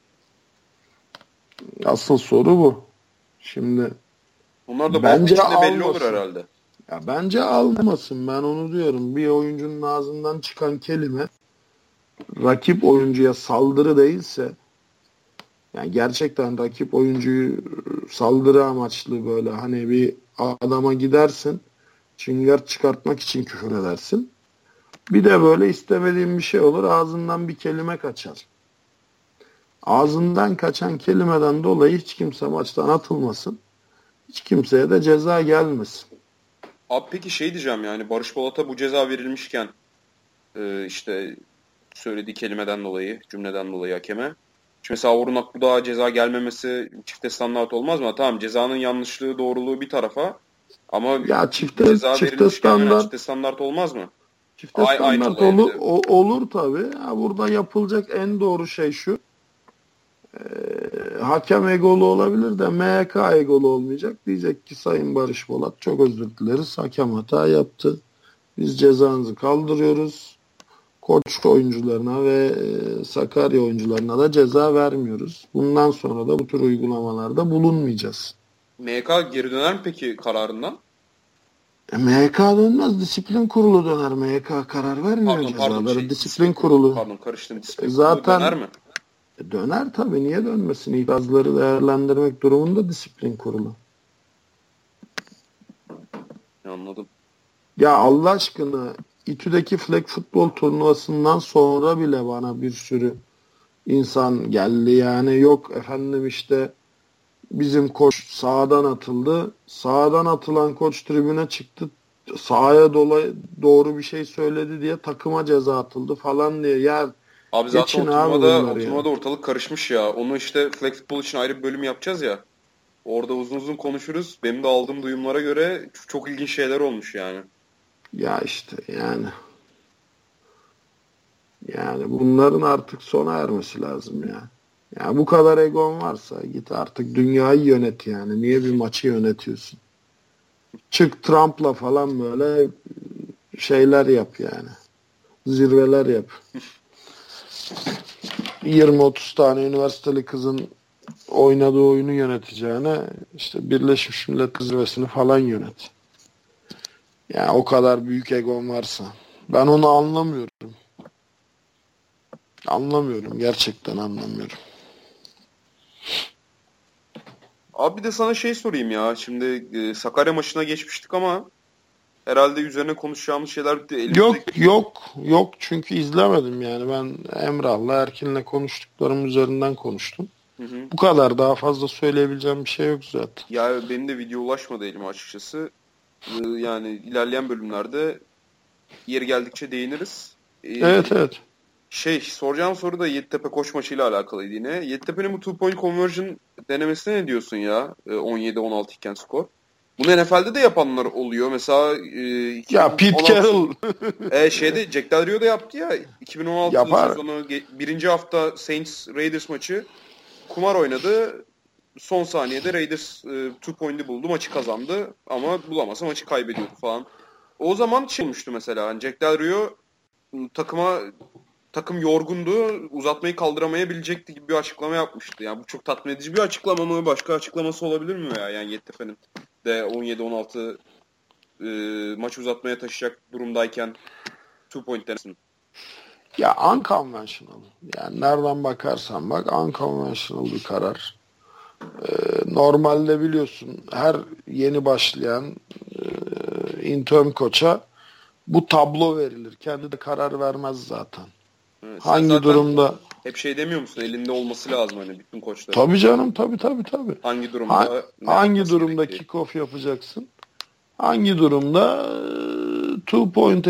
B: Asıl soru bu. Şimdi
A: Bunlar da bu hafta
B: bence
A: içinde belli olur
B: almasın.
A: herhalde.
B: Ya bence almasın. Ben onu diyorum. Bir oyuncunun ağzından çıkan kelime rakip oyuncuya saldırı değilse, yani gerçekten rakip oyuncuyu saldırı amaçlı böyle hani bir adama gidersin, çıngar çıkartmak için küfür edersin. Bir de böyle istemediğin bir şey olur, ağzından bir kelime kaçar. Ağzından kaçan kelimeden dolayı hiç kimse maçtan atılmasın. Hiç kimseye de ceza gelmesin.
A: Abi peki şey diyeceğim, yani Barış Polat'a bu ceza verilmişken işte söylediği kelimeden dolayı, cümleden dolayı hakeme. Şimdi mesela Orhun Akkudağ'a ceza gelmemesi çifte standart olmaz mı? Tamam, cezanın yanlışlığı, doğruluğu bir tarafa ama
B: Ya
A: ceza
B: çifte
A: verilmişken
B: standart
A: çifte standart olmaz mı?
B: çifte
A: Aynı
B: standart
A: olay bir de.
B: olur tabii. Ya burada yapılacak en doğru şey şu. Hakem egolu olabilir de MHK egolu olmayacak. Diyecek ki Sayın Barış Polat çok özür dileriz. Hakem hata yaptı. Biz cezanızı kaldırıyoruz. Koç oyuncularına ve Sakarya oyuncularına da ceza vermiyoruz. Bundan sonra da bu tür uygulamalarda bulunmayacağız.
A: MHK geri döner mi peki kararından?
B: MHK dönmez. Disiplin kurulu döner. MHK karar vermiyor cezaları. Disiplin kurulu.
A: Pardon, karıştım. Disiplin
B: Zaten
A: kurulu döner mi?
B: Döner tabii. Niye dönmesin? İtirazları değerlendirmek durumunda disiplin kurulu.
A: Anladım.
B: Ya Allah aşkına İTÜ'deki flag futbol turnuvasından sonra bile bana bir sürü insan geldi. Yani yok efendim işte bizim koç sahadan atıldı. Sahadan atılan koç tribüne çıktı. Sahaya doğru bir şey söyledi diye takıma ceza atıldı falan diye. Ya
A: Abi zaten
B: geçin
A: o
B: abi
A: turnuvada ortalık karışmış ya. Onu işte flag futbol için ayrı bir bölüm yapacağız ya. Orada uzun uzun konuşuruz. Benim de aldığım duyumlara göre çok ilginç şeyler olmuş yani.
B: Ya işte yani bunların artık sona ermesi lazım ya. Ya bu kadar egon varsa git artık dünyayı yönet yani. Niye bir maçı yönetiyorsun? Çık Trump'la falan böyle şeyler yap yani. Zirveler yap. 20-30 tane üniversiteli kızın oynadığı oyunu yöneteceğine işte Birleşmiş Milletler Zirvesi'ni falan yönet. Yani o kadar büyük egon varsa. Ben onu anlamıyorum. Anlamıyorum. Gerçekten anlamıyorum.
A: Abi bir de sana şey sorayım ya. Şimdi Sakarya maçına geçmiştik ama herhalde üzerine konuşacağımız şeyler bitti.
B: Yok çünkü izlemedim yani. Ben Emrah'la Erkin'le konuştuklarım üzerinden konuştum.
A: Hı hı.
B: Bu kadar, daha fazla söyleyebileceğim bir şey yok zaten.
A: Ya benim de video ulaşmadı elime açıkçası. Yani ilerleyen bölümlerde yeri geldikçe değiniriz.
B: Evet.
A: Soracağım soru da Yeditepe Koç maçıyla alakalıydı yine. Yeditepe'nin bu 2 point conversion denemesine ne diyorsun ya? 17-16 iken skor. Bunu NFL'de de yapanlar oluyor. Mesela
B: Ya Pete Carroll.
A: Jack Del Rio da yaptı ya. 2016
B: Yapar.
A: sezonu birinci hafta Saints Raiders maçı kumar oynadı. Son saniyede Raiders 2 point'i buldu. Maçı kazandı. Ama bulamasa maçı kaybediyordu falan. O zaman olmuştu mesela. Yani Jack Del Rio takım yorgundu. Uzatmayı kaldıramayabilecekti gibi bir açıklama yapmıştı. Yani bu çok tatmin edici bir açıklama mı? Başka açıklaması olabilir mi ya? Yani Yeditepe'nin de 17-16 maç uzatmaya taşıyacak durumdayken 2 point denesin.
B: Ya unconventional. Yani nereden bakarsan bak unconventional bir karar. Normalde biliyorsun her yeni başlayan intern koça bu tablo verilir. Kendi de karar vermez zaten.
A: Evet,
B: Hangi
A: zaten
B: durumda?
A: hep şey demiyor musun? Elinde olması lazım hani bütün koçların.
B: Tabii canım tabii.
A: Hangi durumda
B: Hangi durumda kick-off yapacaksın? Hangi durumda two point'e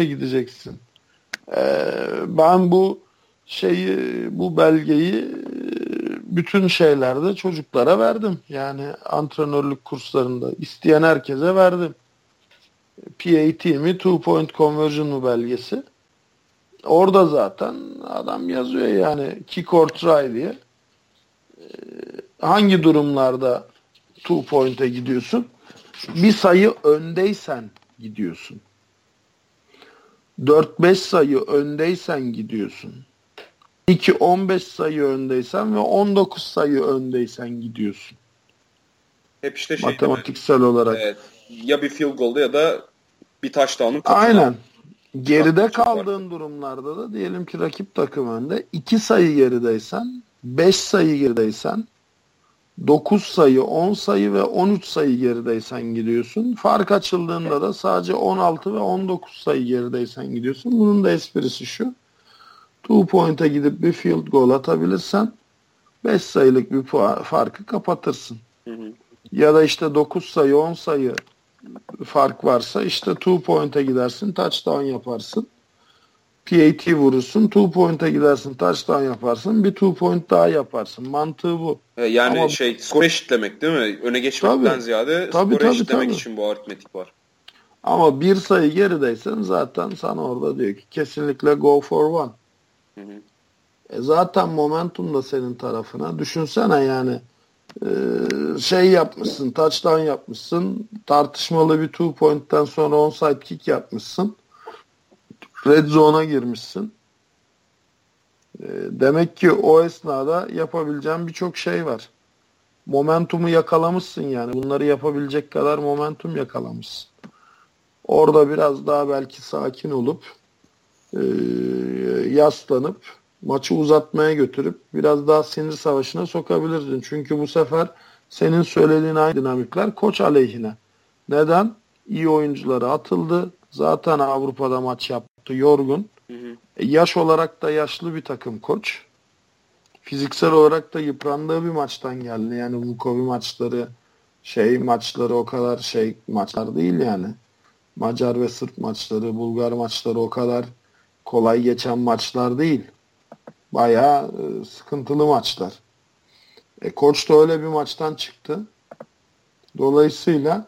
B: gideceksin? Ben bu belgeyi bütün şeylerde çocuklara verdim. Yani antrenörlük kurslarında isteyen herkese verdim. PAT mi, two point conversion mu belgesi. Orada zaten adam yazıyor yani kick or try diye. Hangi durumlarda two point'e gidiyorsun? Bir sayı öndeysen gidiyorsun. 4-5 sayı öndeysen gidiyorsun. 2-15 sayı öndeysen ve 19 sayı öndeysen gidiyorsun.
A: Hep işte
B: matematiksel olarak.
A: Evet, ya bir field goal'da ya da bir touchdown'un
B: aynen. Geride kaldığın durumlarda da diyelim ki rakip takım önde 2 sayı gerideysen, 5 sayı gerideysen, 9 sayı, 10 sayı ve 13 sayı gerideysen gidiyorsun. Fark açıldığında da sadece 16 ve 19 sayı gerideysen gidiyorsun. Bunun da esprisi şu. 2 point'e gidip bir field goal atabilirsen 5 sayılık bir farkı kapatırsın. Ya da işte 9 sayı, 10 sayı fark varsa işte 2 point'e gidersin, touchdown yaparsın. PAT vurursun, 2 point'e gidersin, touchdown yaparsın, bir 2 point daha yaparsın. Mantığı bu.
A: Yani ama skor eşitlemek değil mi? Öne geçmekten ziyade skor eşitlemek için bu aritmetik var.
B: Ama bir sayı gerideysen zaten sana orada diyor ki kesinlikle go for one. Zaten momentum da senin tarafına. Düşünsene yani yapmışsın, touchdown yapmışsın, tartışmalı bir 2 point'ten sonra onside kick yapmışsın. Red zone'a girmişsin. Demek ki o esnada yapabileceğin birçok şey var. Momentumu yakalamışsın yani. Bunları yapabilecek kadar momentum yakalamışsın. Orada biraz daha belki sakin olup yaslanıp maçı uzatmaya götürüp biraz daha sinir savaşına sokabilirdin. Çünkü bu sefer senin söylediğin aynı dinamikler koç aleyhine. Neden? İyi oyuncuları atıldı. Zaten Avrupa'da maç yaptı. Yorgun. Yaş olarak da yaşlı bir takım koç. Fiziksel olarak da yıprandığı bir maçtan geldi. Yani bu Covid maçları maçları o kadar maçlar değil yani. Macar ve Sırp maçları, Bulgar maçları o kadar kolay geçen maçlar değil. Bayağı sıkıntılı maçlar. Koç da öyle bir maçtan çıktı. Dolayısıyla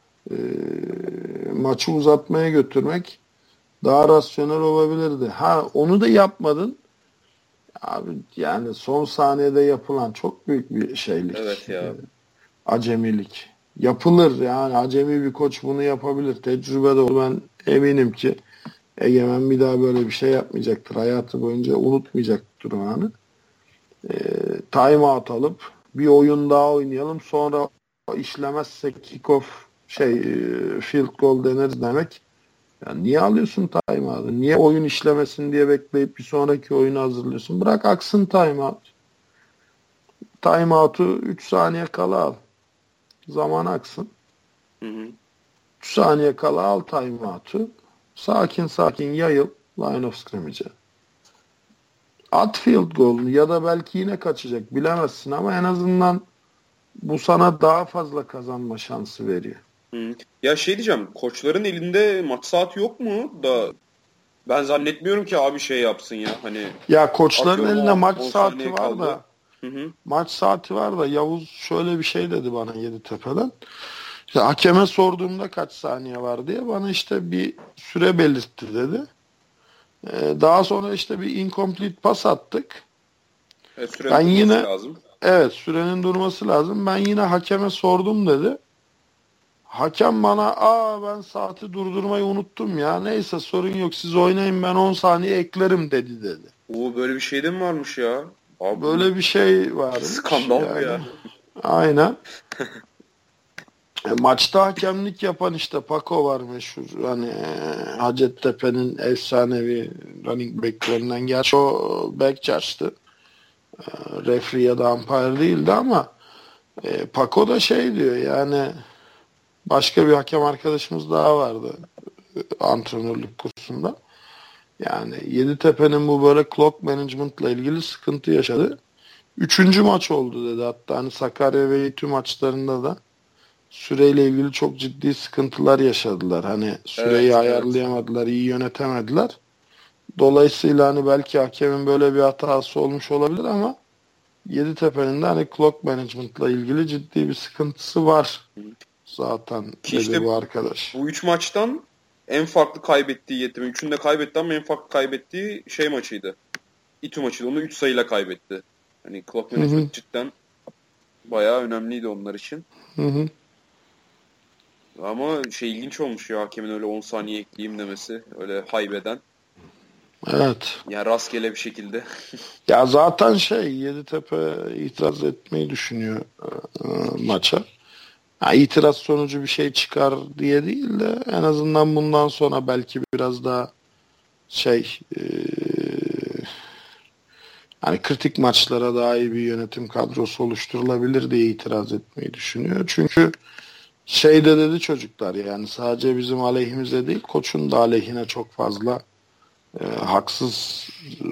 B: maçı uzatmaya götürmek daha rasyonel olabilirdi. Onu da yapmadın. Abi yani son saniyede yapılan çok büyük bir şeylik.
A: Evet ya.
B: Acemilik. Yapılır yani. Acemi bir koç bunu yapabilir. Tecrübe de ben eminim ki Egemen bir daha böyle bir şey yapmayacaktır. Hayatı boyunca unutmayacaktır o anı. Time out alıp bir oyun daha oynayalım. Sonra işlemezse kick-off field goal deneriz demek. Yani niye alıyorsun timeout'u? Niye oyun işlemesin diye bekleyip bir sonraki oyunu hazırlıyorsun? Bırak aksın timeout. Timeout'u 3 saniye kala al. Zaman aksın. 3 saniye kala al timeout'u. Sakin sakin yayıl line of scrimmage'e. At field goal'unu ya da belki yine kaçacak. Bilemezsin ama en azından bu sana daha fazla kazanma şansı veriyor.
A: Ya diyeceğim, koçların elinde maç saati yok mu da ben zannetmiyorum ki abi yapsın ya hani.
B: Ya koçların elinde maç saati var da maç saati var da Yavuz şöyle bir şey dedi bana Yeditepe'den. İşte hakeme sorduğumda kaç saniye var diye bana işte bir süre belirtti dedi. Daha sonra işte bir incomplete pas attık.
A: Ben yine lazım.
B: Evet, sürenin durması lazım. Ben yine hakeme sordum dedi. Hakem bana ben saati durdurmayı unuttum ya. Neyse sorun yok siz oynayın ben 10 saniye eklerim dedi.
A: Böyle bir şey de mi varmış ya?
B: Abi, böyle bir şey var.
A: Skandal ya.
B: Aynen. Maçta hakemlik yapan işte Paco var meşhur. Hani Hacettepe'nin efsanevi running back'lerinden. Gerçi o back charge'tı. Referee ya da umpire değildi ama Paco da diyor yani başka bir hakem arkadaşımız daha vardı antrenörlük kursunda. Yani Yeditepe'nin bu böyle clock management'la ilgili sıkıntı yaşadı. 3. maç oldu dedi. Hatta hani Sakarya ve İTÜ maçlarında da süreyle ilgili çok ciddi sıkıntılar yaşadılar. Hani süreyi ayarlayamadılar, iyi yönetemediler. Dolayısıyla hani belki hakemin böyle bir hatası olmuş olabilir ama Yeditepe'nin de hani clock management'la ilgili ciddi bir sıkıntısı var. Zaten
A: Ki işte
B: bu arkadaş.
A: Bu 3 maçtan en farklı kaybettiği Yeditepe. Üçünü de kaybetti ama en farklı kaybettiği şey maçıydı. İTÜ maçıydı. Onu 3 sayıyla kaybetti. Hani clock management cidden bayağı önemliydi onlar için.
B: Hı.
A: Ama ilginç olmuş ya, hakemin öyle 10 saniye ekleyeyim demesi. Öyle haybeden.
B: Evet.
A: Yani rastgele bir şekilde.
B: Ya zaten Yeditepe itiraz etmeyi düşünüyor maça. Ya itiraz sonucu bir şey çıkar diye değil de en azından bundan sonra belki biraz daha hani kritik maçlara daha iyi bir yönetim kadrosu oluşturulabilir diye itiraz etmeyi düşünüyor. Çünkü de dedi çocuklar, yani sadece bizim aleyhimize değil, koçun da aleyhine çok fazla haksız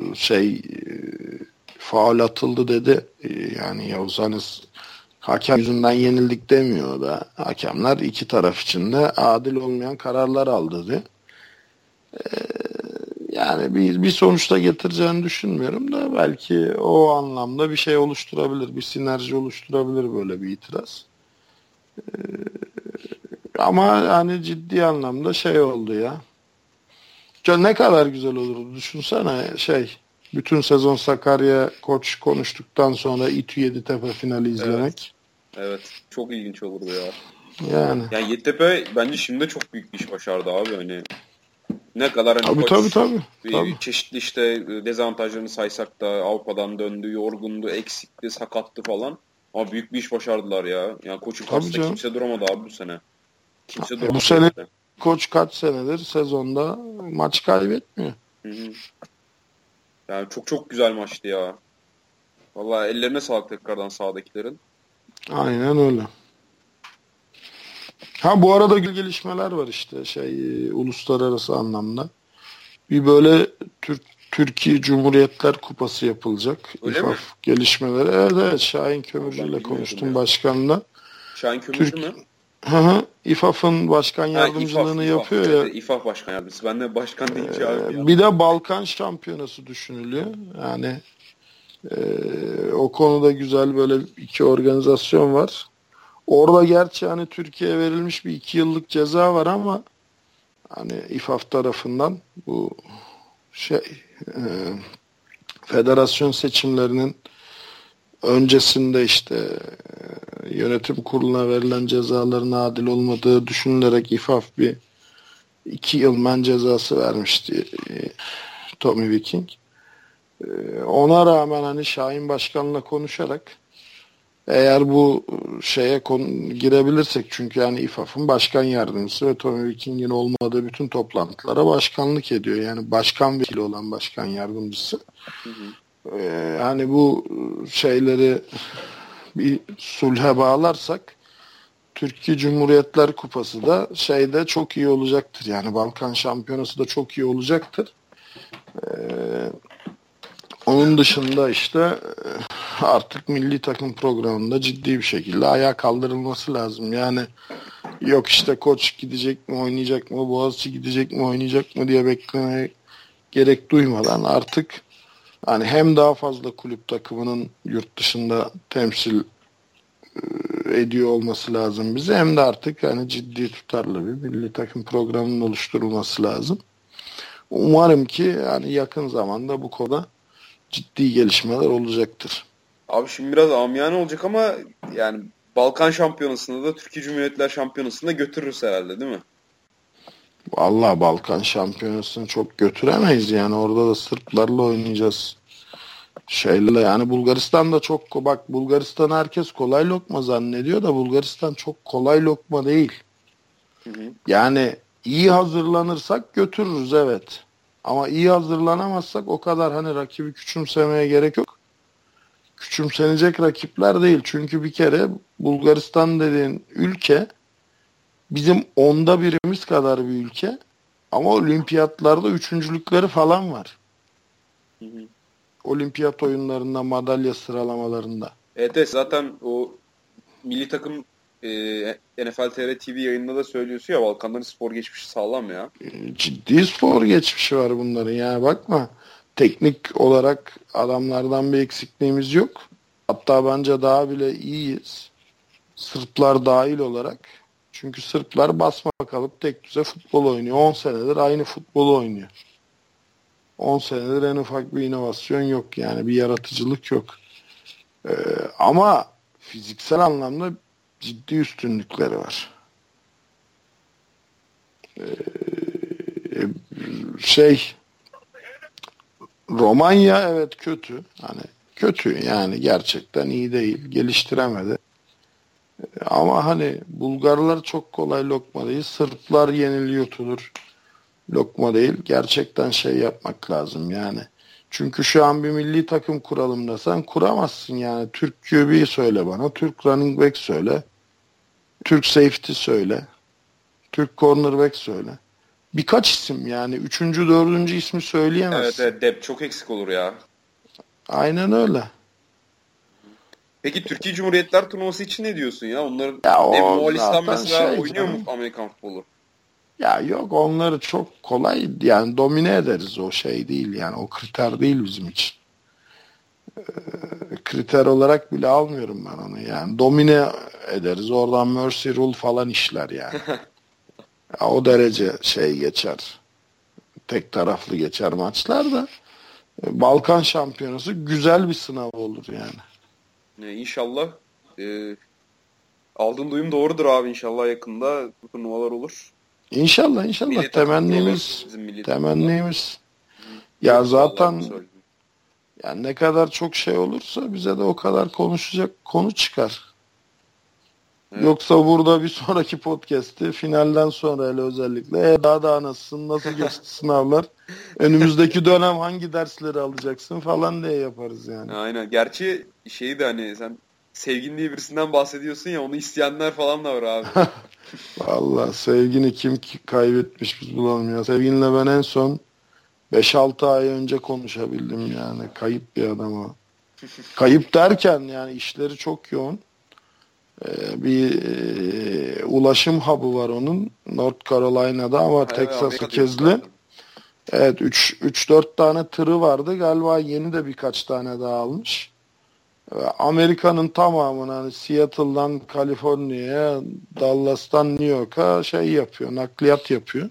B: faul atıldı dedi. Yani Yavuz Hanes hakem yüzünden yenildik demiyor da, hakemler iki taraf için de adil olmayan kararlar aldı dedi. Yani bir sonuçta getireceğini düşünmüyorum da belki o anlamda bir şey oluşturabilir, bir sinerji oluşturabilir böyle bir itiraz. Ama hani ciddi anlamda oldu ya. Ne kadar güzel olurdu. Düşünsene bütün sezon Sakarya koç konuştuktan sonra İTÜ Yeditepe finali izlemek.
A: Evet. Çok ilginç olurdu ya.
B: Yani
A: Yeditepe bence şimdi çok büyük bir iş başardı abi. Hani ne kadar hani
B: tabii.
A: çeşitli dezavantajlarını saysak da Avrupa'dan döndü, yorgundu, eksikti, sakattı falan. Ama büyük bir iş başardılar ya. Yani koçun karşısında kimse duramadı abi bu sene. Kimse duramadı.
B: Bu sene koç kaç senedir sezonda maç kaybetmiyor.
A: Hı. Yani çok çok güzel maçtı ya. Vallahi ellerine sağlık tekrardan sahadakilerin.
B: Aynen öyle. Bu arada gelişmeler var uluslararası anlamda. Bir böyle Türkiye Cumhuriyetler Kupası yapılacak.
A: Öyle
B: İFAF
A: mi?
B: gelişmeleri. Evet, Şahin Kömürcü ile konuştum başkanla.
A: Şahin Kömürcü mü?
B: İFAF'ın başkan yardımcılığını yapıyor ya.
A: İFAF başkan yardımcısı. Ben de başkan deyince abi ya.
B: Bir de Balkan Şampiyonası düşünülüyor. Yani o konuda güzel böyle iki organizasyon var. Orada gerçi hani Türkiye'ye verilmiş bir 2 yıllık ceza var ama hani İFAF tarafından bu federasyon seçimlerinin öncesinde yönetim kuruluna verilen cezaların adil olmadığı düşünülerek İFAF bir 2 yıl men cezası vermişti Tommy Viking. Ona rağmen hani Şahin Başkan'la konuşarak eğer bu girebilirsek, çünkü yani İFAF'ın başkan yardımcısı ve Tommy Viking'in olmadığı bütün toplantılara başkanlık ediyor. Yani başkan vekili olan başkan yardımcısı. Hani bu şeyleri bir sulhe bağlarsak Türkiye Cumhuriyetler Kupası da çok iyi olacaktır. Yani Balkan Şampiyonası da çok iyi olacaktır. Onun dışında artık milli takım programında ciddi bir şekilde ayağa kaldırılması lazım. Yani yok koç gidecek mi, oynayacak mı, Boğaziçi gidecek mi, oynayacak mı diye beklemeye gerek duymadan artık hani hem daha fazla kulüp takımının yurt dışında temsil ediyor olması lazım bize, hem de artık hani ciddi tutarlı bir milli takım programının oluşturulması lazım. Umarım ki yani yakın zamanda bu konuda ciddi gelişmeler olacaktır.
A: Abi şimdi biraz amiyane olacak ama yani Balkan Şampiyonası'nda da Türkiye Cumhuriyetler Şampiyonası'nda götürürüz herhalde, değil mi?
B: Vallahi Balkan Şampiyonası'nı çok götüremeyiz yani, orada da Sırplarla oynayacağız. Yani Bulgaristan da Bulgaristan'ı herkes kolay lokma zannediyor da Bulgaristan çok kolay lokma değil.
A: Hı.
B: Yani iyi hazırlanırsak götürürüz, evet. Ama iyi hazırlanamazsak o kadar hani rakibi küçümsemeye gerek yok. Küçümsenecek rakipler değil. Çünkü bir kere Bulgaristan dediğin ülke bizim 1/10 kadar bir ülke. Ama olimpiyatlarda üçüncülükleri falan var.
A: Hı.
B: Olimpiyat oyunlarında, madalya sıralamalarında.
A: Evet, zaten o milli takım NFL TR TV yayında da söylüyorsun ya, Balkanların spor geçmişi sağlam ya.
B: Ciddi spor geçmişi var bunların ya, bakma. Teknik olarak adamlardan bir eksikliğimiz yok. Hatta bence daha bile iyiyiz. Sırplar dahil olarak. Çünkü Sırplar basma kalıp tek düze futbol oynuyor. 10 senedir aynı futbolu oynuyor. 10 senedir en ufak bir inovasyon yok yani. Bir yaratıcılık yok. Ama fiziksel anlamda ciddi üstünlükleri var. Şey Romanya evet kötü. Hani kötü yani gerçekten iyi değil. Geliştiremedi. Ama hani Bulgarlar çok kolay lokma değil. Sırplar yeniliyor tutulur. Lokma değil. Gerçekten şey yapmak lazım yani. Çünkü şu an bir milli takım kuralım desen kuramazsın yani. Türk QB söyle bana. Türk running back söyle. Türk safety söyle. Türk cornerback söyle. Birkaç isim yani. Üçüncü, dördüncü ismi söyleyemezsin.
A: Evet, depth çok eksik olur ya.
B: Aynen öyle.
A: Peki Türkiye Cumhuriyetler Turnuvası için ne diyorsun ya? Onların
B: Ya o
A: Moğolistan
B: zaten
A: mesela
B: şey
A: oynuyor
B: canım.
A: mu Amerikan futbolu?
B: Ya yok onları çok kolay yani domine ederiz o şey değil yani o kriter değil bizim için. Kriter olarak bile almıyorum ben onu yani domine ederiz oradan mercy rule falan işler yani. Ya o derece şey geçer. Tek taraflı geçer maçlar da Balkan Şampiyonası güzel bir sınav olur yani.
A: İnşallah aldığın duyum doğrudur abi, inşallah yakında bu turnuvalar olur.
B: İnşallah
A: Milli takım
B: temennimiz
A: olur, bizim milli
B: temennimiz. Ya
A: takım.
B: zaten yani ne kadar çok şey olursa bize de o kadar konuşacak konu çıkar.
A: Evet.
B: Yoksa burada bir sonraki podcast'i finalden sonra hele özellikle daha nasılsın, nasıl geçti sınavlar, önümüzdeki dönem hangi dersleri alacaksın falan diye yaparız yani.
A: Aynen. Gerçi şeyi de hani sen Sevgin diye birisinden bahsediyorsun ya, onu isteyenler falan da var abi.
B: Vallahi Sevgin'i kim ki kaybetmiş biz bulalım ya. Sevgin'le ben en son 5-6 ay önce konuşabildim yani. Kayıp bir adam o. Kayıp derken yani işleri çok yoğun. Bir ulaşım hub'ı var onun North Carolina'da ama Texas'ı kezli. Evet 3-4 tane tırı vardı. Galiba yeni de birkaç tane daha almış. Amerika'nın tamamını hani Seattle'dan Kaliforniya'ya, Dallas'tan New York'a şey yapıyor, nakliyat yapıyor.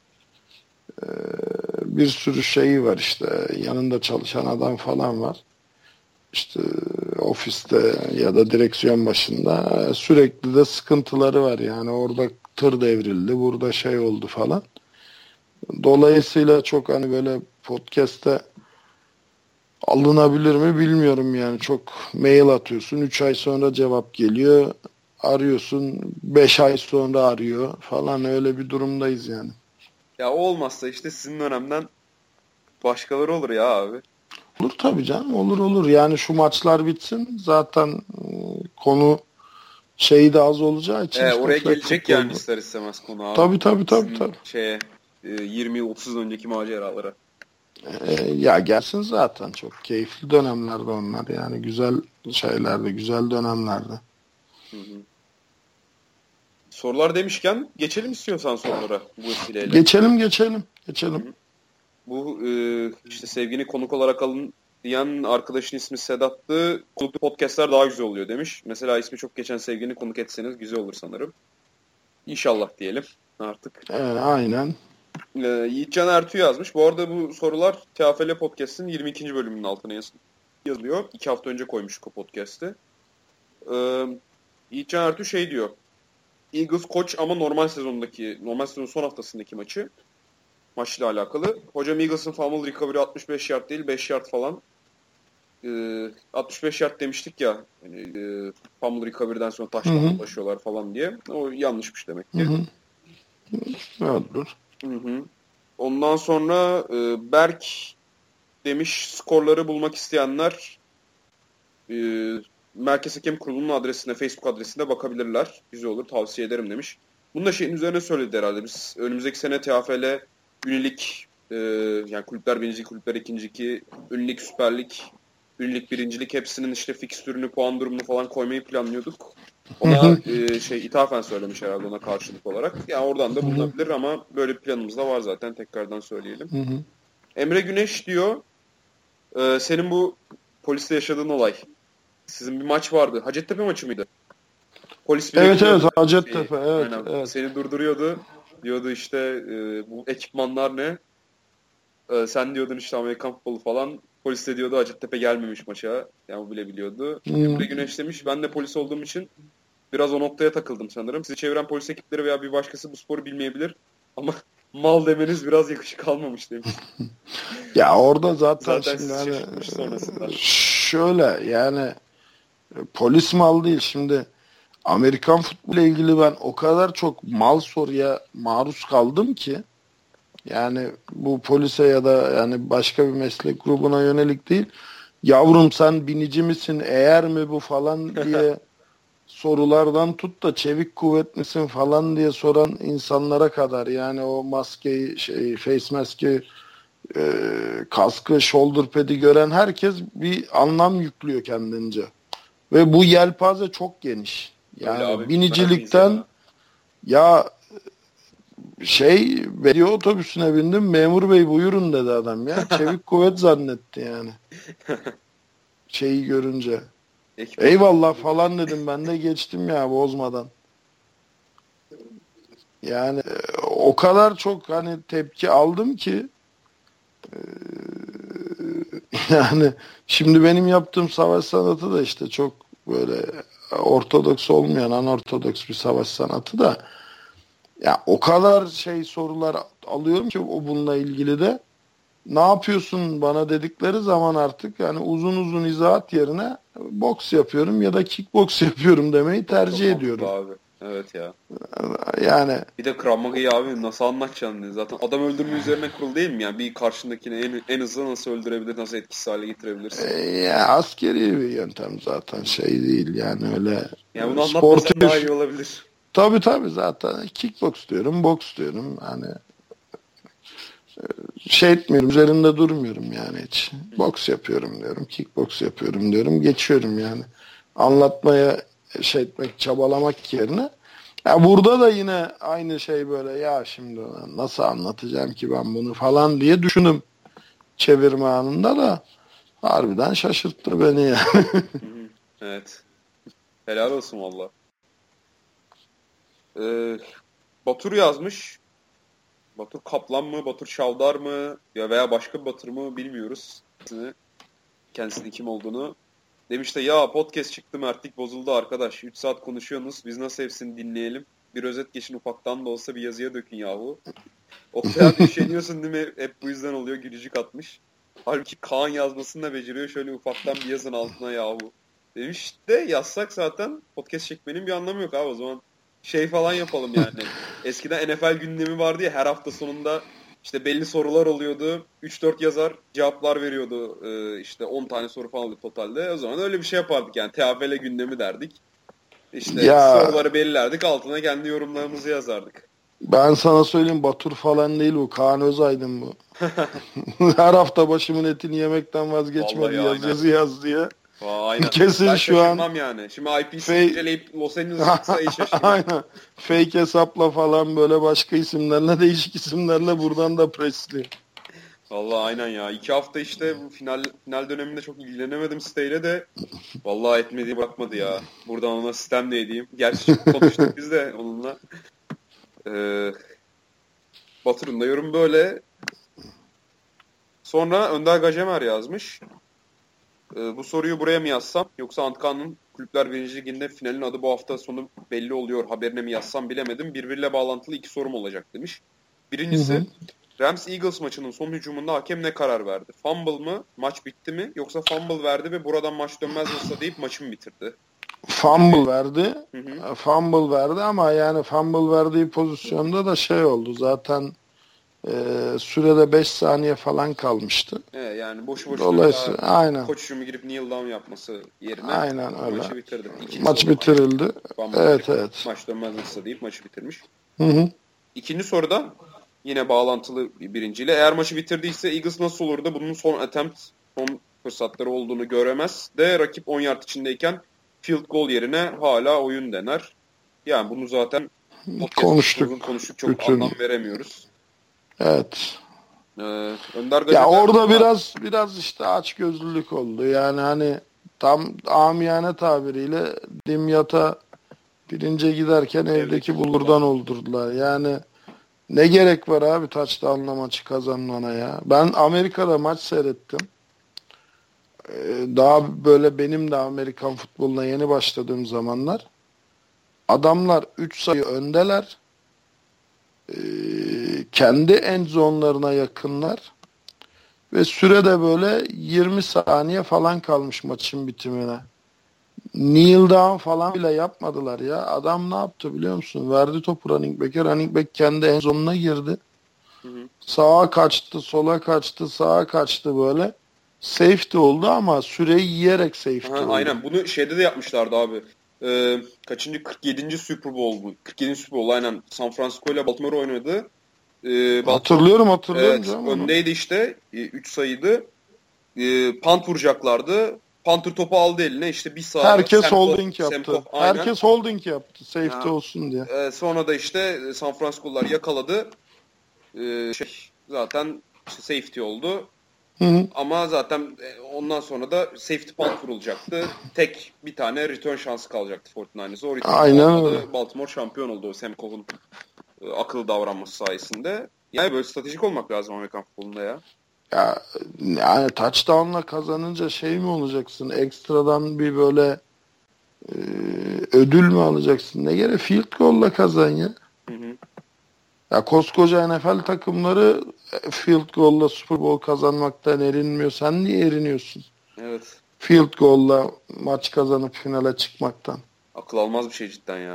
B: Bir sürü şeyi var işte. Yanında çalışan adam falan var. İşte ofiste ya da direksiyon başında sürekli de sıkıntıları var yani orada tır devrildi, burada şey oldu falan. Dolayısıyla çok hani böyle podcast'te alınabilir mi bilmiyorum yani çok mail atıyorsun 3 ay sonra cevap geliyor arıyorsun 5 ay sonra arıyor falan öyle bir durumdayız yani.
A: Ya o olmazsa işte sizin dönemden başkaları olur ya abi.
B: Olur tabii canım olur yani şu maçlar bitsin zaten konu şeyi de az olacağı için işte
A: oraya
B: flag
A: gelecek
B: futbolu.
A: yani ister istemez konu abi.
B: Tabii.
A: Şeye 20 yıl 30 yıl önceki maceralara.
B: Ya gelsin zaten çok keyifli dönemlerde onlar yani güzel şeylerde güzel dönemlerde.
A: Hı. Sorular demişken geçelim istiyorsan sorulara bu vesileyle.
B: Geçelim.
A: Hı. Bu işte Sevgini konuk olarak alın diyen arkadaşın ismi Sedat'tı. Konuklu podcastlar daha güzel oluyor demiş. Mesela ismi çok geçen Sevgini konuk etseniz güzel olur sanırım. İnşallah diyelim artık.
B: Aynen.
A: Yiğitcan Ertuğ yazmış. Bu arada bu sorular TFL Podcast'ın 22. bölümünün altına yazılıyor. 2 hafta önce koymuştuk o podcast'i. Yiğitcan Ertuğ şey diyor. Eagles koç ama normal sezonun son haftasındaki maçla alakalı. Hocam Eagles'ın fumble recovery 65 yard değil 5 yard falan. 65 yard demiştik ya. Yani, fumble recovery'den sonra taştan ulaşıyorlar falan diye. O yanlışmış demek ki.
B: Doğrudur.
A: Ondan sonra Berk demiş skorları bulmak isteyenler Merkez Hakem Kurulu'nun adresine, Facebook adresine bakabilirler. Güzel olur, tavsiye ederim demiş. Bunu da şeyin üzerine söyledi herhalde. Biz önümüzdeki sene TFL Ünilik, yani kulüpler birinci, kulüpler ikinci, Ünilik, Süper Lig, Ünilik birincilik hepsinin işte fikstürünü, puan durumunu falan koymayı planlıyorduk. Ona ithafen söylemiş herhalde ona karşılık olarak. Yani oradan da bulunabilir ama böyle bir planımız da var zaten, tekrardan söyleyelim. Emre Güneş diyor, senin bu poliste yaşadığın olay, Sizin bir maç vardı. Hacettepe maçı mıydı? Polis
B: Evet
A: bekliyordu.
B: Hacettepe evet,
A: Aynen.
B: evet.
A: Seni durduruyordu. Diyordu işte bu ekipmanlar ne? Sen diyordun işte Amerikan futbolu falan. Polis de diyordu Hacettepe gelmemiş maça. Yani o bile biliyordu. Emre Güneş demiş ben de polis olduğum için biraz o noktaya takıldım sanırım. Sizi çeviren polis ekipleri veya bir başkası bu sporu bilmeyebilir. Ama mal demeniz biraz yakışık almamış demiş.
B: Ya orada zaten
A: Zaten
B: şimdi
A: sizi
B: hani
A: şaşırtmış sonrasında.
B: şöyle yani polis mal değil şimdi. Amerikan futbolu ile ilgili ben o kadar çok mal soruya maruz kaldım ki yani bu polise ya da yani başka bir meslek grubuna yönelik değil. Yavrum sen binici misin, eğer mi bu falan diye sorulardan tut da çevik kuvvet misin falan diye soran insanlara kadar yani o maskeyi face mask'i kaskı shoulder pad'i gören herkes bir anlam yüklüyor kendince. Ve bu yelpaze çok geniş.
A: Öyle
B: Yani
A: abi bilmez miyiz
B: binicilikten ya belediye otobüsüne bindim, memur bey buyurun dedi adam ya. Çevik kuvvet zannetti yani. Şeyi görünce.
A: Ekipman.
B: Eyvallah falan dedim, ben de geçtim ya bozmadan. Yani o kadar çok hani tepki aldım ki yani şimdi benim yaptığım savaş sanatı da işte çok böyle ortodoks olmayan anortodoks bir savaş sanatı da ya o kadar sorular alıyorum ki o bununla ilgili de ne yapıyorsun bana dedikleri zaman artık yani uzun uzun izahat yerine boks yapıyorum ya da kickboks yapıyorum demeyi
A: Çok
B: tercih
A: mantıklı
B: ediyorum.
A: abi. Evet ya.
B: Yani
A: Bir de Krav Maga'yı abi nasıl anlatacaksın diye. Zaten adam öldürme üzerine kurulu değil mi? Yani bir karşındakini en hızlı nasıl öldürebilir, nasıl etkisiz hale getirebilirsin?
B: ya askeri bir yöntem zaten değil yani öyle
A: Yani bunu anlatmasan daha
B: sportif.
A: iyi olabilir.
B: Tabii zaten kickboks diyorum, boks diyorum. Hani etmiyorum, üzerinde durmuyorum yani hiç. Boks yapıyorum diyorum, kickboks yapıyorum diyorum, geçiyorum yani. Anlatmaya etmek, çabalamak yerine. Ya burada da yine aynı böyle ya şimdi nasıl anlatacağım ki ben bunu falan diye düşündüm çevirme anında da harbiden şaşırttı beni yani.
A: Hı hı. Evet. Helal olsun valla. Ee, Batur yazmış. Batur Kaplan mı, Batur Çavdar mı ya veya başka bir Batur mu bilmiyoruz. Kendisinin kim olduğunu. Demiş de ya podcast çıktı mertlik bozuldu arkadaş. 3 saat konuşuyorsunuz biz nasıl hepsini dinleyelim. Bir özet geçin ufaktan da olsa bir yazıya dökün yahu. Oktay abi üşeniyorsun değil mi? Hep bu yüzden oluyor gülücük atmış. Halbuki Kaan yazmasını da beceriyor. Şöyle ufaktan bir yazın altına yahu. Demiş de yazsak zaten podcast çekmenin bir anlamı yok abi. O zaman falan yapalım yani. Eskiden NFL gündemi vardı ya her hafta sonunda işte belli sorular oluyordu. 3-4 yazar cevaplar veriyordu. İşte 10 tane soru falan oluyordu totalde. O zaman öyle bir şey yapardık yani. TFL gündemi derdik. İşte
B: Ya
A: soruları belirlerdik. Altına kendi yorumlarımızı yazardık.
B: ben sana söyleyeyim, Batur falan değil bu, Kaan Özaydın bu. Her hafta başımın etini yemekten vazgeçmedi,
A: Vallahi
B: yaz
A: aynen.
B: yazı yaz diye.
A: Aynen.
B: Kesin
A: Ben
B: şu an
A: şaşırmam yani. Şimdi IPC
B: fake
A: inceleyip Los Angeles çıksa iyi şaşırmam.
B: aynen fake hesapla falan böyle başka isimlerle, değişik isimlerle buradan da presli.
A: Vallahi aynen ya. 2 hafta işte bu final döneminde çok ilgilenemedim siteyle de. Vallahi etmediği bırakmadı ya. Buradan ona sistem de edeyim. Gerçi çok konuştuk biz de onunla. Ee, Batur'un da yorum böyle. Sonra Önder Gacemer yazmış. Bu soruyu buraya mı yazsam yoksa Antkan'ın Kulüpler Birinci Ligi'nde finalin adı bu hafta sonu belli oluyor haberine mi yazsam bilemedim. Birbiriyle bağlantılı 2 sorum olacak demiş.
B: Hı
A: Birincisi
B: hı.
A: Rams-Eagles maçının son hücumunda hakem ne karar verdi? Fumble mı? Maç bitti mi? Yoksa fumble verdi ve buradan maç dönmez olsa deyip maçı mı bitirdi?
B: Fumble verdi.
A: Hı hı.
B: Fumble verdi ama yani fumble verdiği pozisyonda da oldu. Zaten sürede 5 saniye falan kalmıştı.
A: Yani boşu boşuna bir daha
B: Dolayısıyla aynen.
A: koç hücumu girip kneel down yapması yerine
B: Aynen öyle.
A: maçı bitirdi. İkinci
B: Maç
A: soru
B: bitirildi.
A: fumble verip
B: Evet.
A: maç dönmez olsa deyip maçı bitirmiş.
B: Hı hı.
A: İkinci soruda yine bağlantılı birinciyle. Eğer maçı bitirdiyse Eagles nasıl olur da bunun son fırsatları olduğunu göremez de rakip 10 yard içindeyken field goal yerine hala oyun dener. Yani bunu zaten konuştuk çok
B: Bütün.
A: anlam veremiyoruz.
B: Evet.
A: Önder
B: Ya
A: Gacemer
B: orada biraz işte açgözlülük oldu. Yani hani Tam amiyane tabiriyle Dimyat'a pirince giderken evdeki bulurdan oldurdular. Yani ne gerek var abi touchdown'la maçı kazanmana ya. Ben Amerika'da maç seyrettim. Daha böyle benim de Amerikan futboluna yeni başladığım zamanlar. Adamlar 3 sayı öndeler. Kendi end zonlarına yakınlar. Ve sürede böyle 20 saniye falan kalmış maçın bitimine. Kneel down falan bile yapmadılar ya. Adam ne yaptı biliyor musun? Verdi topu running back'e. Running back kendi end zonuna girdi.
A: Hı hı.
B: Sağa kaçtı, sola kaçtı, sağa kaçtı böyle. Safety oldu ama süreyi yiyerek safety oldu.
A: Aynen. Bunu şeyde de yapmışlardı abi. Kaçıncı? 47. Super Bowl bu. 47. Super Bowl aynen. San Francisco ile Baltimore oynadı.
B: Hatırlıyorum
A: Evet,
B: canım onu.
A: öndeydi işte. 3 sayıydı. Punt vuracaklardı. Punter topu aldı eline. İşte bir sağa.
B: Herkes holding yaptı.
A: Aynen.
B: Herkes holding yaptı. Safety olsun diye.
A: Sonra da işte San Francisco'lular yakaladı. Zaten işte safety oldu.
B: Hı.
A: Ama zaten ondan sonra da safety punt vurulacaktı. Tek bir tane return şansı kalacaktı 49ers'ı. O return
B: Aynen öyle.
A: Baltimore şampiyon oldu Sam Cole'un akıllı davranması sayesinde. Yani böyle stratejik olmak lazım Amerikan futbolunda ya.
B: Ya yani touchdown'la kazanınca şey mi olacaksın? Ekstradan bir böyle ödül mü alacaksın? Ne gerek? Field goal'la kazan ya.
A: Hı hı.
B: Ya koskoca NFL takımları field goal'la Super Bowl kazanmaktan erinmiyor. Sen niye eriniyorsun?
A: Evet.
B: Field goal'la maç kazanıp finale çıkmaktan.
A: Akıl almaz bir şey cidden ya.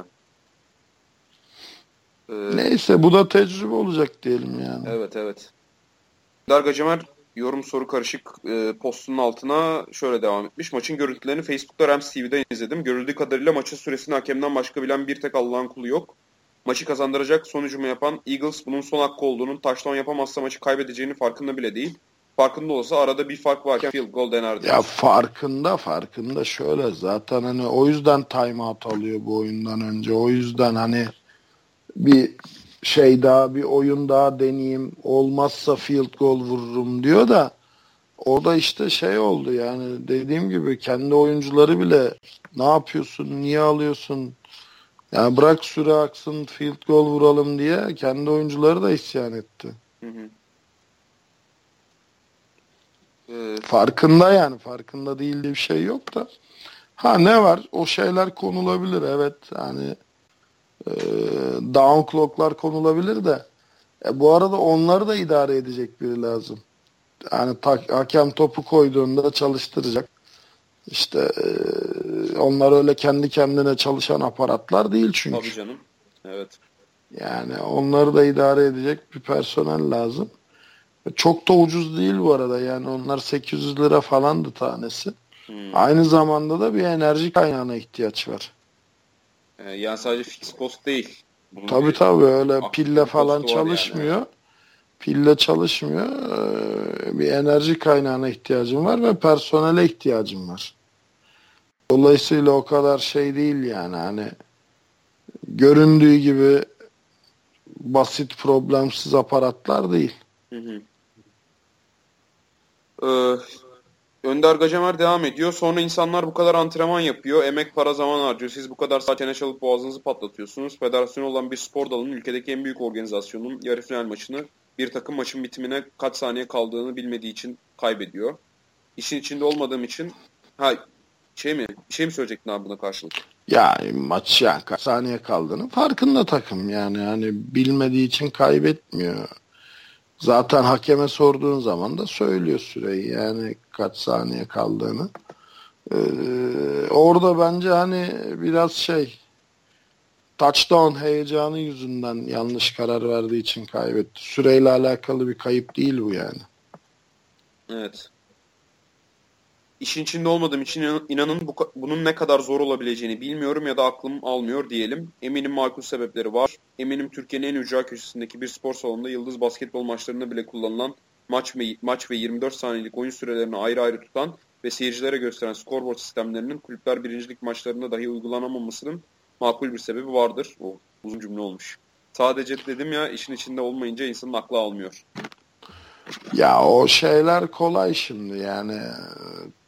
B: Neyse bu da tecrübe olacak diyelim yani.
A: Evet. Darga Cemer yorum soru karışık postunun altına şöyle devam etmiş. Maçın görüntülerini Facebook'ta Rams TV'den izledim. Görüldüğü kadarıyla maçın süresini hakemden başka bilen bir tek Allah'ın kulu yok. Maçı kazandıracak son hücumu yapan Eagles bunun son hakkı olduğunun, touchdown yapamazsa maçı kaybedeceğini farkında bile değil. Farkında olsa arada bir fark varken field goal denerdi.
B: Ya farkında şöyle zaten hani o yüzden timeout alıyor bu oyundan önce. O yüzden hani bir şey daha bir oyun daha deneyeyim olmazsa field goal vururum diyor da orada işte şey oldu yani dediğim gibi kendi oyuncuları bile ne yapıyorsun niye alıyorsun yani bırak süre aksın field goal vuralım diye kendi oyuncuları da isyan etti.
A: Hı hı.
B: Farkında yani farkında değil diye bir şey yok da ha ne var o şeyler konulabilir evet hani down clock'lar konulabilir de bu arada onları da idare edecek biri lazım. Yani hakem topu koyduğunda çalıştıracak. İşte onlar öyle kendi kendine çalışan aparatlar değil çünkü.
A: Tabii canım. Evet.
B: Yani onları da idare edecek bir personel lazım. Çok da ucuz değil bu arada. Yani onlar 800 lira falandı tanesi. Aynı zamanda da bir enerji kaynağına ihtiyaç var.
A: Yani sadece fix cost değil. Bunun
B: Tabii öyle pille falan
A: costu var
B: çalışmıyor.
A: yani.
B: Pille çalışmıyor. Bir enerji kaynağına ihtiyacım var ve personele ihtiyacım var. Dolayısıyla o kadar şey değil yani hani göründüğü gibi basit problemsiz aparatlar değil.
A: Hı hı. Önder Gacemer devam ediyor. Sonra insanlar bu kadar antrenman yapıyor. Emek, para, zaman harcıyor. Siz bu kadar saat çene çalıp boğazınızı patlatıyorsunuz. Federasyon olan bir spor dalının ülkedeki en büyük organizasyonun yarı final maçını bir takım maçın bitimine kaç saniye kaldığını bilmediği için kaybediyor. İşin içinde olmadığım için bir şey mi söyleyecektin abi buna karşılık?
B: Yani maç yani kaç saniye kaldığını farkında takım yani hani bilmediği için kaybetmiyor. Zaten hakeme sorduğun zaman da söylüyor süreyi yani kaç saniye kaldığını. Orada bence hani biraz touchdown heyecanı yüzünden yanlış karar verdiği için kaybetti. Süreyle alakalı bir kayıp değil bu yani.
A: Evet. İşin içinde olmadığım için inanın bunun ne kadar zor olabileceğini bilmiyorum ya da aklım almıyor diyelim. Eminim makul sebepleri var. Eminim Türkiye'nin en ücra köşesindeki bir spor salonunda yıldız basketbol maçlarında bile kullanılan maç ve 24 saniyelik oyun sürelerini ayrı ayrı tutan ve seyircilere gösteren scoreboard sistemlerinin kulüpler birincilik maçlarında dahi uygulanamamasının makul bir sebebi vardır. O uzun cümle olmuş. Sadece dedim ya işin içinde olmayınca insanın aklı almıyor.
B: Ya o şeyler kolay şimdi yani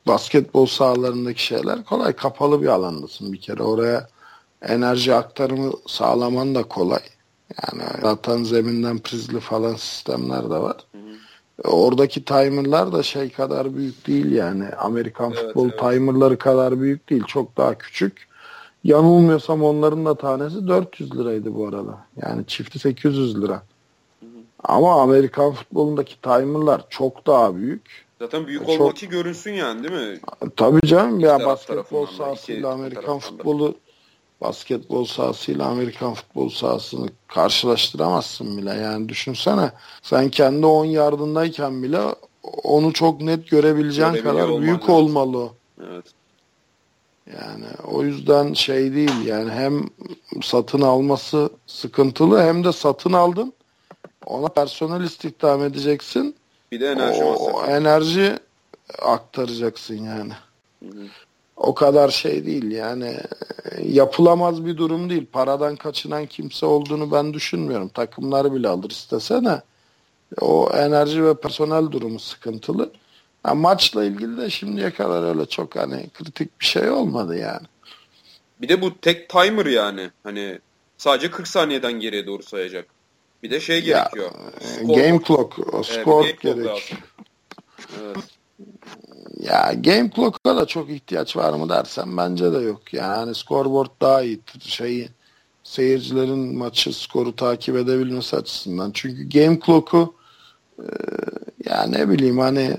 B: basketbol sahalarındaki şeyler kolay. Kapalı bir alandasın bir kere. Oraya enerji aktarımı sağlaman da kolay. Yani zaten zeminden prizli falan sistemler de var.
A: Hı hı.
B: Oradaki timerlar da şey kadar büyük değil yani. Amerikan futbol timerları kadar büyük değil. Çok daha küçük. Yanılmıyorsam onların da tanesi 400 liraydı bu arada. Yani çifti 800 lira.
A: Hı hı.
B: Ama Amerikan futbolundaki timerlar çok daha büyük.
A: Zaten büyük
B: Çok,
A: olmak ki görünsün yani, değil mi?
B: tabii canım
A: İki
B: ya,
A: taraf
B: basketbol
A: tarafından da,
B: sahasıyla
A: iki
B: Amerikan
A: taraftan da.
B: futbolu, basketbol sahasıyla Amerikan futbol sahasını karşılaştıramazsın bile. Yani düşünsene, sen kendi 10 yardındayken bile onu çok net görebileceğin
A: Görebiliyor
B: kadar
A: olman
B: büyük
A: lazım.
B: olmalı o.
A: Evet.
B: Yani o yüzden şey değil yani, hem satın alması sıkıntılı hem de satın aldın, ona personel istihdam edeceksin,
A: Bir de enerji
B: o
A: masrafı.
B: enerji aktaracaksın yani.
A: Hı hı.
B: O kadar şey değil yani, yapılamaz bir durum değil. Paradan kaçınan kimse olduğunu ben düşünmüyorum. Takımlar bile alır istese de, o enerji ve personel durumu sıkıntılı. Ha, maçla ilgili de şimdiye kadar öyle çok hani kritik bir şey olmadı yani.
A: Bir de bu tek timer yani. Hani sadece 40 saniyeden geriye doğru sayacak. Bir de şey
B: Ya
A: gerekiyor.
B: game
A: Scoreboard.
B: clock,
A: Bir
B: score
A: game clock
B: gerek.
A: lazım. Evet.
B: Ya game clock'a da çok ihtiyaç var mı dersen bence de yok. Yani scoreboard daha iyi şeyi, seyircilerin maçı skoru takip edebilmesi açısından. Çünkü game clock'u ya ne bileyim hani,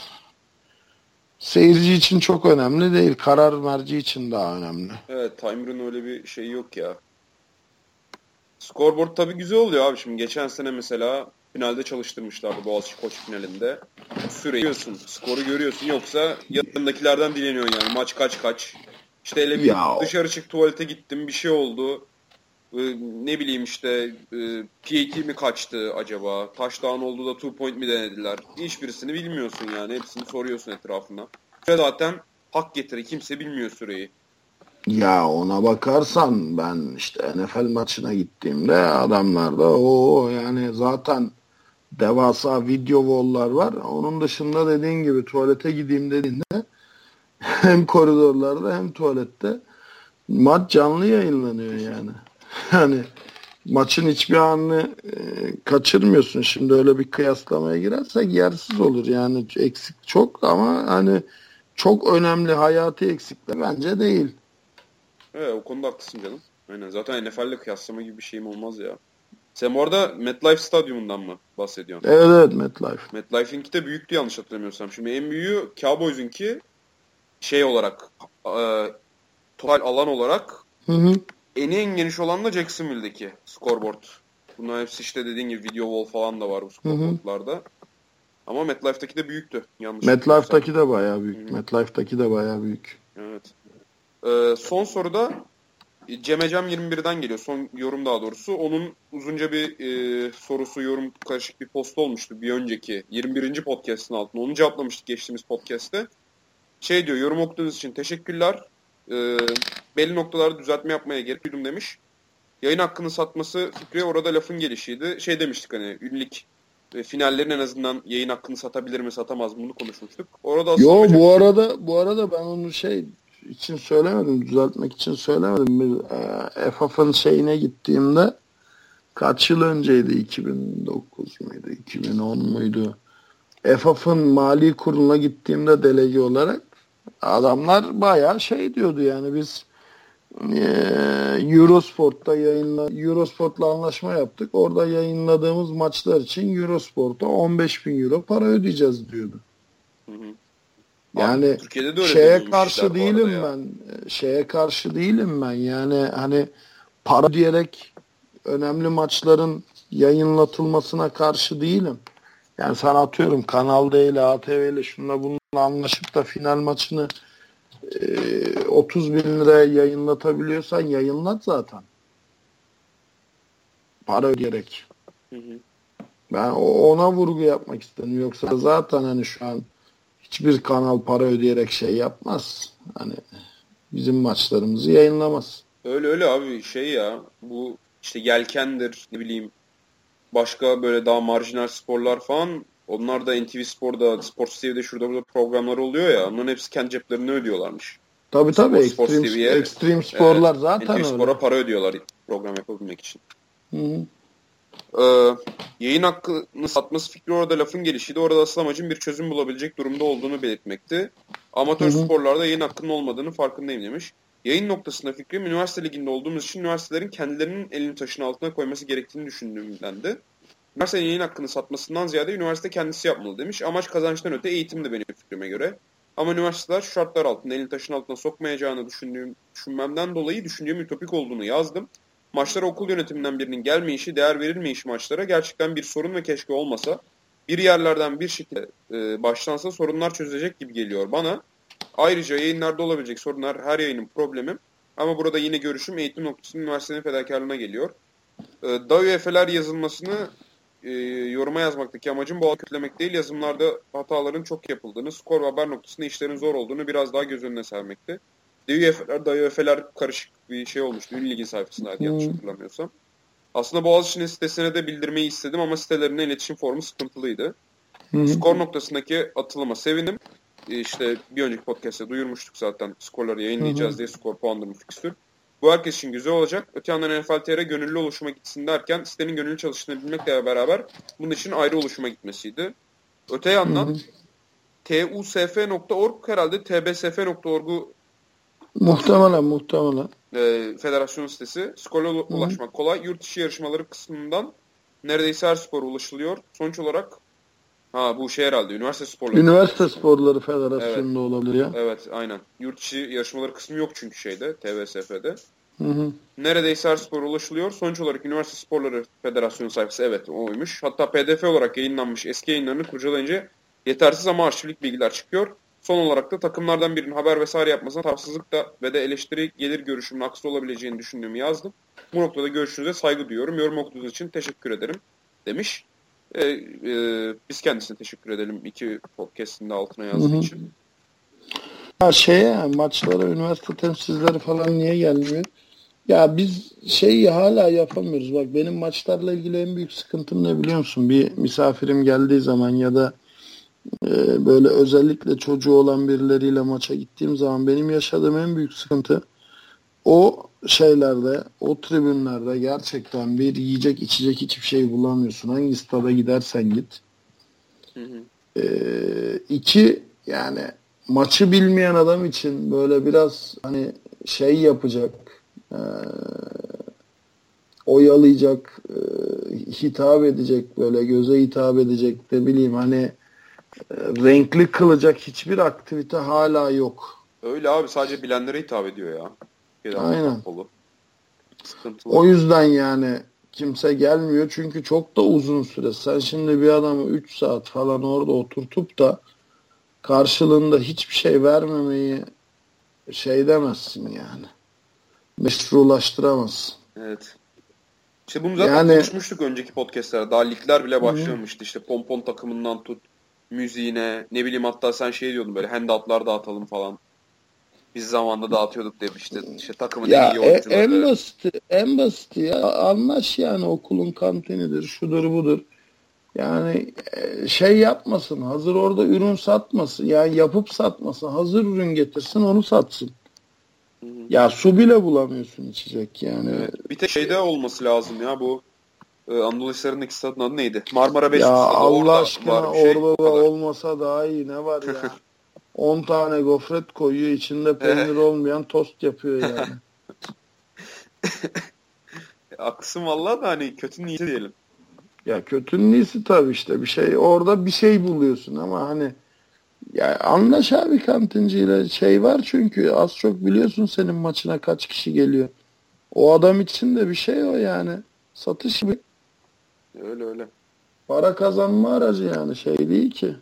B: seyirci için çok önemli değil. Karar merci için daha önemli.
A: Evet, timer'ın öyle bir şeyi yok ya. Scoreboard tabii güzel oluyor abi. Şimdi geçen sene mesela finalde çalıştırmışlardı, Boğaziçi Koç finalinde. Süreyi görüyorsun, skoru görüyorsun. Yoksa yanındakilerden dileniyorsun yani. Maç kaç. İşte hele bir
B: Ya
A: dışarı çık, tuvalete gittim, bir şey oldu. Ne bileyim işte, PAT mi kaçtı acaba? Touchdown oldu da 2 point mi denediler? Hiçbirisini bilmiyorsun yani. Hepsini soruyorsun etrafına. Süre zaten hak getiri. Kimse bilmiyor süreyi.
B: ya ona bakarsan ben işte NFL maçına gittiğimde adamlarda o yani zaten devasa video wall'lar var. Onun dışında dediğin gibi tuvalete gideyim dediğinde hem koridorlarda hem tuvalette maç canlı yayınlanıyor yani. Yani maçın hiçbir anını kaçırmıyorsun. Şimdi öyle bir kıyaslamaya girersek yersiz olur. Yani eksik çok ama hani çok önemli hayati eksikler bence değil.
A: Evet, o konuda haklısın canım. Aynen. Zaten NFL'le kıyaslama gibi bir şeyim olmaz ya. Sen bu arada MetLife Stadyumundan mı bahsediyorsun?
B: Evet, evet, MetLife.
A: MetLife'inki de büyüktü yanlış hatırlamıyorsam. Şimdi en büyüğü Cowboys'unki, şey olarak, total alan olarak
B: Hı hı.
A: en geniş olan da Jacksonville'deki scoreboard. Bunların hepsi işte dediğin gibi video wall falan da var bu
B: Hı hı.
A: scoreboardlarda. Ama MetLife'daki de büyüktü yanlış hatırlamıyorsam.
B: MetLife'daki de bayağı
A: Hı
B: büyük.
A: hı.
B: MetLife'daki de bayağı büyük.
A: Evet. Son soruda Cemecem 21'den geliyor. Son yorum daha doğrusu. Onun uzunca bir sorusu, yorum karışık bir post olmuştu bir önceki 21. podcast'ın altına. Onu cevaplamıştık geçtiğimiz podcast'te. Şey diyor, yorum okuduğunuz için teşekkürler. Belli noktalarda düzeltme yapmaya gerek duydum demiş. Yayın hakkını satması fikri orada lafın gelişiydi. Şey demiştik hani, ünlük finallerin en azından yayın hakkını satabilir mi satamaz mı, bunu konuşmuştuk. Orada asıl
B: Yo,
A: amacım...
B: bu arada ben onu şey için söylemedim, düzeltmek için söylemedim. FAF'ın şeyine gittiğimde kaç yıl önceydi? 2009 muydu? 2010 muydu? FAF'ın mali kuruluna gittiğimde delege olarak adamlar bayağı şey diyordu yani, biz Eurosport'la anlaşma yaptık. Orada yayınladığımız maçlar için Eurosport'a 15 bin euro para ödeyeceğiz diyordu.
A: Hı hı. Abi
B: Yani
A: Türkiye'de de öyle
B: şeye
A: dönüyormuş
B: karşı
A: işler bu arada
B: değilim
A: ya.
B: ben. Şeye karşı değilim ben. Yani hani para diyerek önemli maçların yayınlatılmasına karşı değilim. Yani sen atıyorum Kanal D ile ATV ile şunla bununla anlaşıp da final maçını 30 bin liraya yayınlatabiliyorsan yayınlat zaten. Para ödeyerek.
A: Hı hı.
B: Ben ona vurgu yapmak istedim. Yoksa zaten hani şu an hiçbir kanal para ödeyerek şey yapmaz. Hani bizim maçlarımızı yayınlamaz.
A: Öyle abi, şey ya, bu işte yelkendir, ne bileyim, başka böyle daha marjinal sporlar falan, Onlar da NTV Spor'da, Sports TV'de şurada burada programlar oluyor ya. Onların hepsi kendi ceplerini ödüyorlarmış.
B: Tabii.
A: Sports TV'ye,
B: Extreme Spor'lar zaten
A: NTV
B: öyle.
A: Spor'a para ödüyorlar program yapabilmek için.
B: Hı.
A: Yayın hakkını satması fikri orada lafın gelişiydi. Orada asıl amacın bir çözüm bulabilecek durumda olduğunu belirtmekti. Amatör sporlarda yayın hakkının olmadığını farkındayım demiş. Yayın noktasında fikrim üniversite liginde olduğumuz için üniversitelerin kendilerinin elini taşın altına koyması gerektiğini düşündüğümdendi. Üniversitenin yayın hakkını satmasından ziyade üniversite kendisi yapmalı demiş. Amaç kazançtan öte eğitimdi benim fikrime göre. Ama üniversiteler şu şartlar altında elini taşın altına sokmayacağını düşünmemden dolayı düşündüğüm ütopik olduğunu yazdım. Maçlara okul yönetiminden birinin gelmeyişi, değer verilmeyişi maçlara gerçekten bir sorun ve keşke olmasa. Bir yerlerden bir şekilde başlansa sorunlar çözülecek gibi geliyor bana. Ayrıca yayınlarda olabilecek sorunlar her yayının problemi. Ama burada yine görüşüm eğitim noktasının üniversitenin fedakarlığına geliyor. DAÜEF'ler yazılmasını yoruma yazmaktaki amacım bu kötülemek değil, yazımlarda hataların çok yapıldığını, skor ve haber noktasında işlerin zor olduğunu biraz daha göz önüne sermekti. DAÜEF'ler karışık bir şey olmuştu. Ünlü Lig'in sayfasındaydı yanlış hatırlamıyorsam. Aslında Boğaziçi'nin sitesine de bildirmeyi istedim ama sitelerine iletişim formu sıkıntılıydı. Skor noktasındaki atılıma sevindim. İşte bir önceki podcast'te duyurmuştuk zaten skorları yayınlayacağız diye, skor puanlarını fikstür. Bu herkes için güzel olacak. Öte yandan NFL TR gönüllü oluşuma gitsin derken sitenin gönüllü çalıştığını bilmekle beraber bunun için ayrı oluşuma gitmesiydi. Öte yandan TUSF.org herhalde TBSF.org'u
B: Muhtemelen.
A: Federasyon sitesi. Skorla ulaşmak kolay. Yurt dışı yarışmaları kısmından neredeyse her spora ulaşılıyor. Sonuç olarak bu şey herhalde üniversite sporları.
B: Üniversite Sporları Federasyonu'nda olabilir ya.
A: Evet, aynen. Yurt dışı yarışmaları kısmı yok çünkü şeyde, TBSF'de. Neredeyse her spora ulaşılıyor. Sonuç olarak Üniversite Sporları Federasyonu sayfası evet oymuş. Hatta PDF olarak yayınlanmış eski yayınlarını kurcalayınca yetersiz ama arşivlik bilgiler çıkıyor. Son olarak da takımlardan birinin haber vesaire yapmasına tarafsızlık da ve de eleştiri gelir görüşümün aksi olabileceğini düşündüğümü yazdım. Bu noktada görüşünüze saygı duyuyorum. Yorum okuduğunuz için teşekkür ederim demiş. Biz kendisine teşekkür edelim iki podcast'in de altına yazdığı için.
B: Maçlara üniversite temsilcileri falan niye gelmiyor? Ya biz hala yapamıyoruz. Bak benim maçlarla ilgili en büyük sıkıntım ne biliyor musun? Bir misafirim geldiği zaman ya da böyle özellikle çocuğu olan birileriyle maça gittiğim zaman benim yaşadığım en büyük sıkıntı o şeylerde, o tribünlerde gerçekten bir yiyecek içecek hiçbir şey bulamıyorsun. Hangi stada gidersen git. İki, yani maçı bilmeyen adam için böyle biraz hani yapacak, oyalayacak, hitap edecek, böyle göze hitap edecek, ne bileyim hani renkli kılacak hiçbir aktivite hala yok.
A: Öyle abi, sadece bilenlere hitap ediyor ya.
B: Aynen. Sıkıntılı. O yüzden yani kimse gelmiyor çünkü çok da uzun süre. Sen şimdi bir adamı 3 saat falan orada oturtup da karşılığında hiçbir şey vermemeyi demezsin yani. Meşrulaştıramazsın.
A: Evet. İşte bunu zaten konuşmuştuk önceki podcastlerde. Daha ligler bile başlamıştı. İşte pompon takımından tut, müziğine, ne bileyim, hatta sen diyordun böyle handoutlar dağıtalım falan. Biz zamanında dağıtıyorduk demişti. İşte takımın en iyi oyuncuları.
B: En basiti ya, anlaş yani, okulun kantinidir, şudur budur. Yani yapmasın, hazır orada ürün satmasın. Yani yapıp satmasın, hazır ürün getirsin, onu satsın. Ya su bile bulamıyorsun içecek yani.
A: Evet. Bir tek olması lazım ya, bu Anadolu Hisarı'ndaki stadın adı neydi? Marmara 5
B: ya
A: stadı.
B: Allah aşkına orada da
A: kadar
B: olmasa daha iyi, ne var ya. 10 tane gofret koyuyor, içinde peynir olmayan tost yapıyor yani.
A: Haklısın vallahi da hani kötünün iyisi diyelim.
B: Ya kötünün iyisi tabii, işte orada bir şey buluyorsun ama hani ya anlaş abi kantinciyle, var çünkü az çok biliyorsun senin maçına kaç kişi geliyor. O adam için de bir şey o yani. Satış gibi.
A: Öyle.
B: Para kazanma aracı yani, değil ki.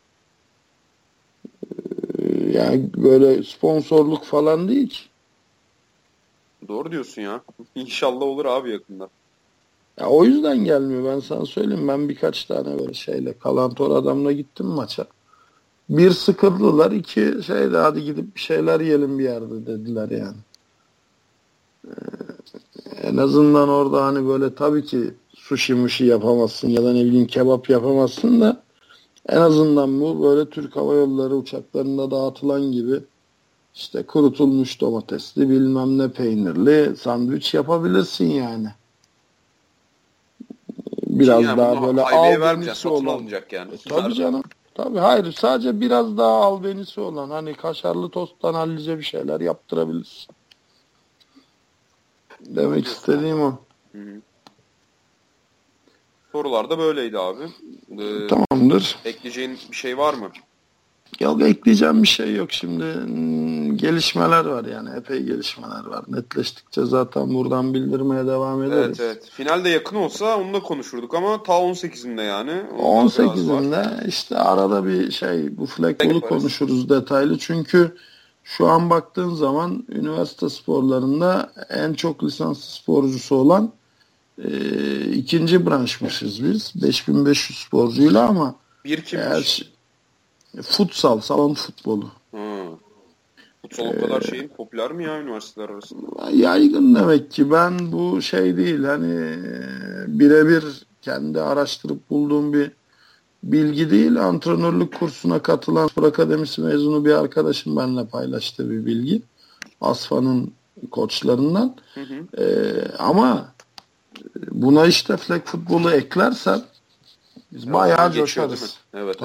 B: Yani böyle sponsorluk falan değil ki.
A: Doğru diyorsun ya. İnşallah olur abi yakında.
B: Ya o yüzden gelmiyor, ben sana söyleyeyim. Ben birkaç tane böyle kalantor adamla gittim maça. Bir sıkıldılar, iki hadi gidip bir şeyler yiyelim bir yerde dediler yani. En azından orada hani böyle tabii ki sushi muşi yapamazsın ya da ne bileyim kebap yapamazsın da En azından bu böyle Türk Hava Yolları uçaklarında dağıtılan gibi işte kurutulmuş domatesli bilmem ne peynirli sandviç yapabilirsin yani. Biraz
A: Yani
B: daha
A: bunu
B: böyle
A: haybeye vermeyeceksin.
B: albenisi
A: Satın
B: olan.
A: alınacak yani.
B: Tabii canım. Tabii hayır sadece biraz daha albenisi olan hani kaşarlı tosttan hallice bir şeyler yaptırabilirsin. Demek istediğim o.
A: Hı-hı. Sorular da böyleydi abi.
B: Tamamdır.
A: Ekleyeceğin bir şey var mı?
B: Yok ekleyeceğim bir şey yok şimdi. Gelişmeler var yani epey gelişmeler var. Netleştikçe zaten buradan bildirmeye devam ederiz.
A: Evet. Final de yakın olsa onu da konuşurduk ama ta 18'inde yani.
B: 18'inde işte arada bir bu flagpole'u konuşuruz detaylı. Çünkü şu an baktığın zaman üniversite sporlarında en çok lisanslı sporcusu olan ikinci branşmışız biz. 5500 sporcuyla ama
A: bir kimmiş?
B: Futsal, salon futbolu.
A: Futsal o kadar popüler mi ya üniversiteler arasında?
B: Yaygın demek ki. Ben bu değil hani birebir kendi araştırıp bulduğum bir bilgi değil. Antrenörlük kursuna katılan spor akademisi mezunu bir arkadaşım benimle paylaştığı bir bilgi. ASFA'nın koçlarından. Ama buna işte flag futbolu eklersen biz bayağı coşarız.
A: Evet.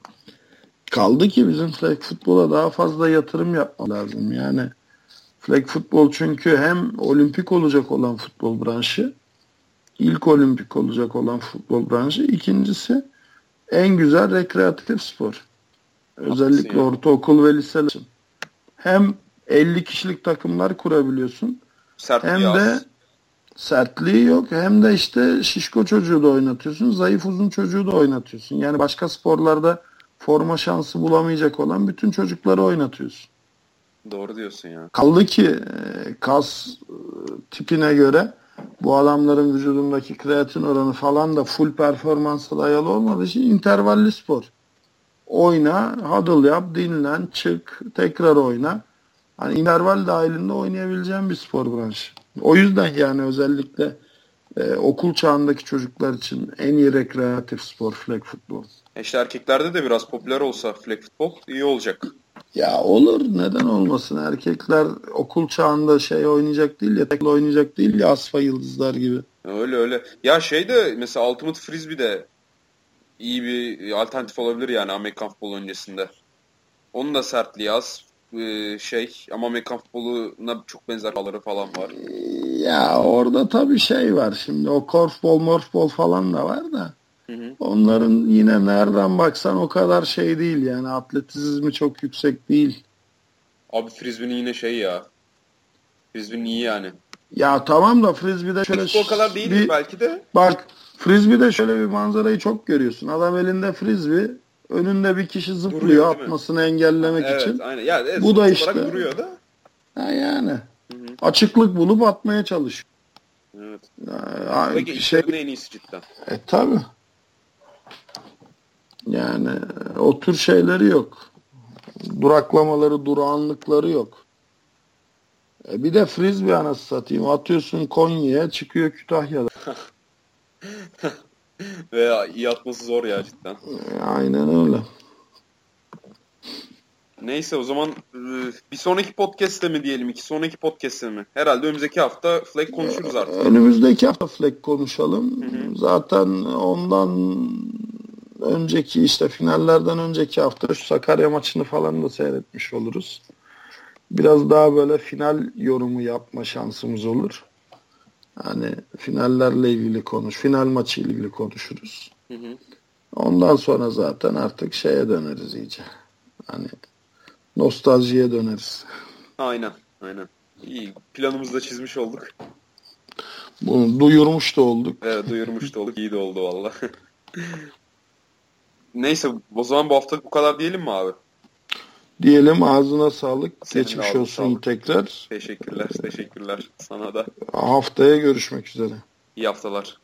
B: Kaldı ki bizim flag futbola daha fazla yatırım yapmamız lazım. Yani flag futbol çünkü hem olimpik olacak olan futbol branşı, ilk olimpik olacak olan futbol branşı, ikincisi en güzel rekreatif spor. Özellikle ortaokul ve liseler için. Hem 50 kişilik takımlar kurabiliyorsun. Hem de sertliği yok. Hem de işte şişko çocuğu da oynatıyorsun. Zayıf uzun çocuğu da oynatıyorsun. Yani başka sporlarda forma şansı bulamayacak olan bütün çocukları oynatıyorsun.
A: Doğru diyorsun ya.
B: Kaldı ki kas tipine göre bu adamların vücudundaki kreatin oranı falan da full performansa dayalı olmadığı için intervalli spor. Oyna, huddle yap, dinlen, çık, tekrar oyna. Hani interval dahilinde oynayabileceğin bir spor branşı. O yüzden yani özellikle okul çağındaki çocuklar için en iyi rekreatif spor flag futbol.
A: İşte erkeklerde de biraz popüler olsa flag futbol iyi olacak.
B: Ya olur, neden olmasın? Erkekler okul çağında oynayacak değil ya, tekli oynayacak değil ya, asfa yıldızlar gibi.
A: Öyle. Ya de mesela Ultimate Frisbee de iyi bir alternatif olabilir yani Amerikan futbolu öncesinde. Onun da sertliği az. Ama Amerikan futboluna çok benzer havaları falan var.
B: Ya orada tabii var. Şimdi o korfbol, morfbol falan da var da. Onların yine nereden baksan o kadar değil yani. Atletizmi çok yüksek değil.
A: Abi Frisbee'nin yine ya. Frisbee'nin iyi yani.
B: Ya tamam da Frisbee'de şöyle...
A: O kadar değil belki de.
B: Bak Frisbee'de şöyle bir manzarayı çok görüyorsun. Adam elinde Frisbee, önünde bir kişi zıplıyor duruyor, atmasını engellemek için.
A: Aynen. Yani,
B: bu da işte
A: duruyor da.
B: Yani. Açıklık bulup atmaya çalışıyor.
A: Evet.
B: Peki
A: en iyisi cidden.
B: Tabii. Yani o tür şeyleri yok. Duraklamaları, durağanlıkları yok. Bir de Frisbee anası satayım. Atıyorsun Konya'ya, çıkıyor Kütahya'da.
A: Veya iyi atması zor ya cidden.
B: Aynen öyle.
A: Neyse o zaman bir sonraki podcast'te mi diyelim? İki sonraki podcast'te mi? Herhalde önümüzdeki hafta flag konuşuruz artık.
B: Önümüzdeki hafta flag konuşalım. Zaten ondan önceki finallerden önceki hafta şu Sakarya maçını falan da seyretmiş oluruz. Biraz daha böyle final yorumu yapma şansımız olur. Hani finallerle ilgili final maçı ile ilgili konuşuruz. Ondan sonra zaten artık döneriz iyice. Hani nostaljiye döneriz.
A: Aynen. İyi. Planımızı da çizmiş olduk.
B: Bunu duyurmuş da olduk.
A: Evet, duyurmuş da olduk. İyi de oldu valla. Neyse o zaman bu hafta bu kadar diyelim mi abi?
B: Diyelim, ağzına sağlık.
A: Senin
B: geçmiş olsun tekrar.
A: Teşekkürler sana da.
B: Haftaya görüşmek üzere.
A: İyi haftalar.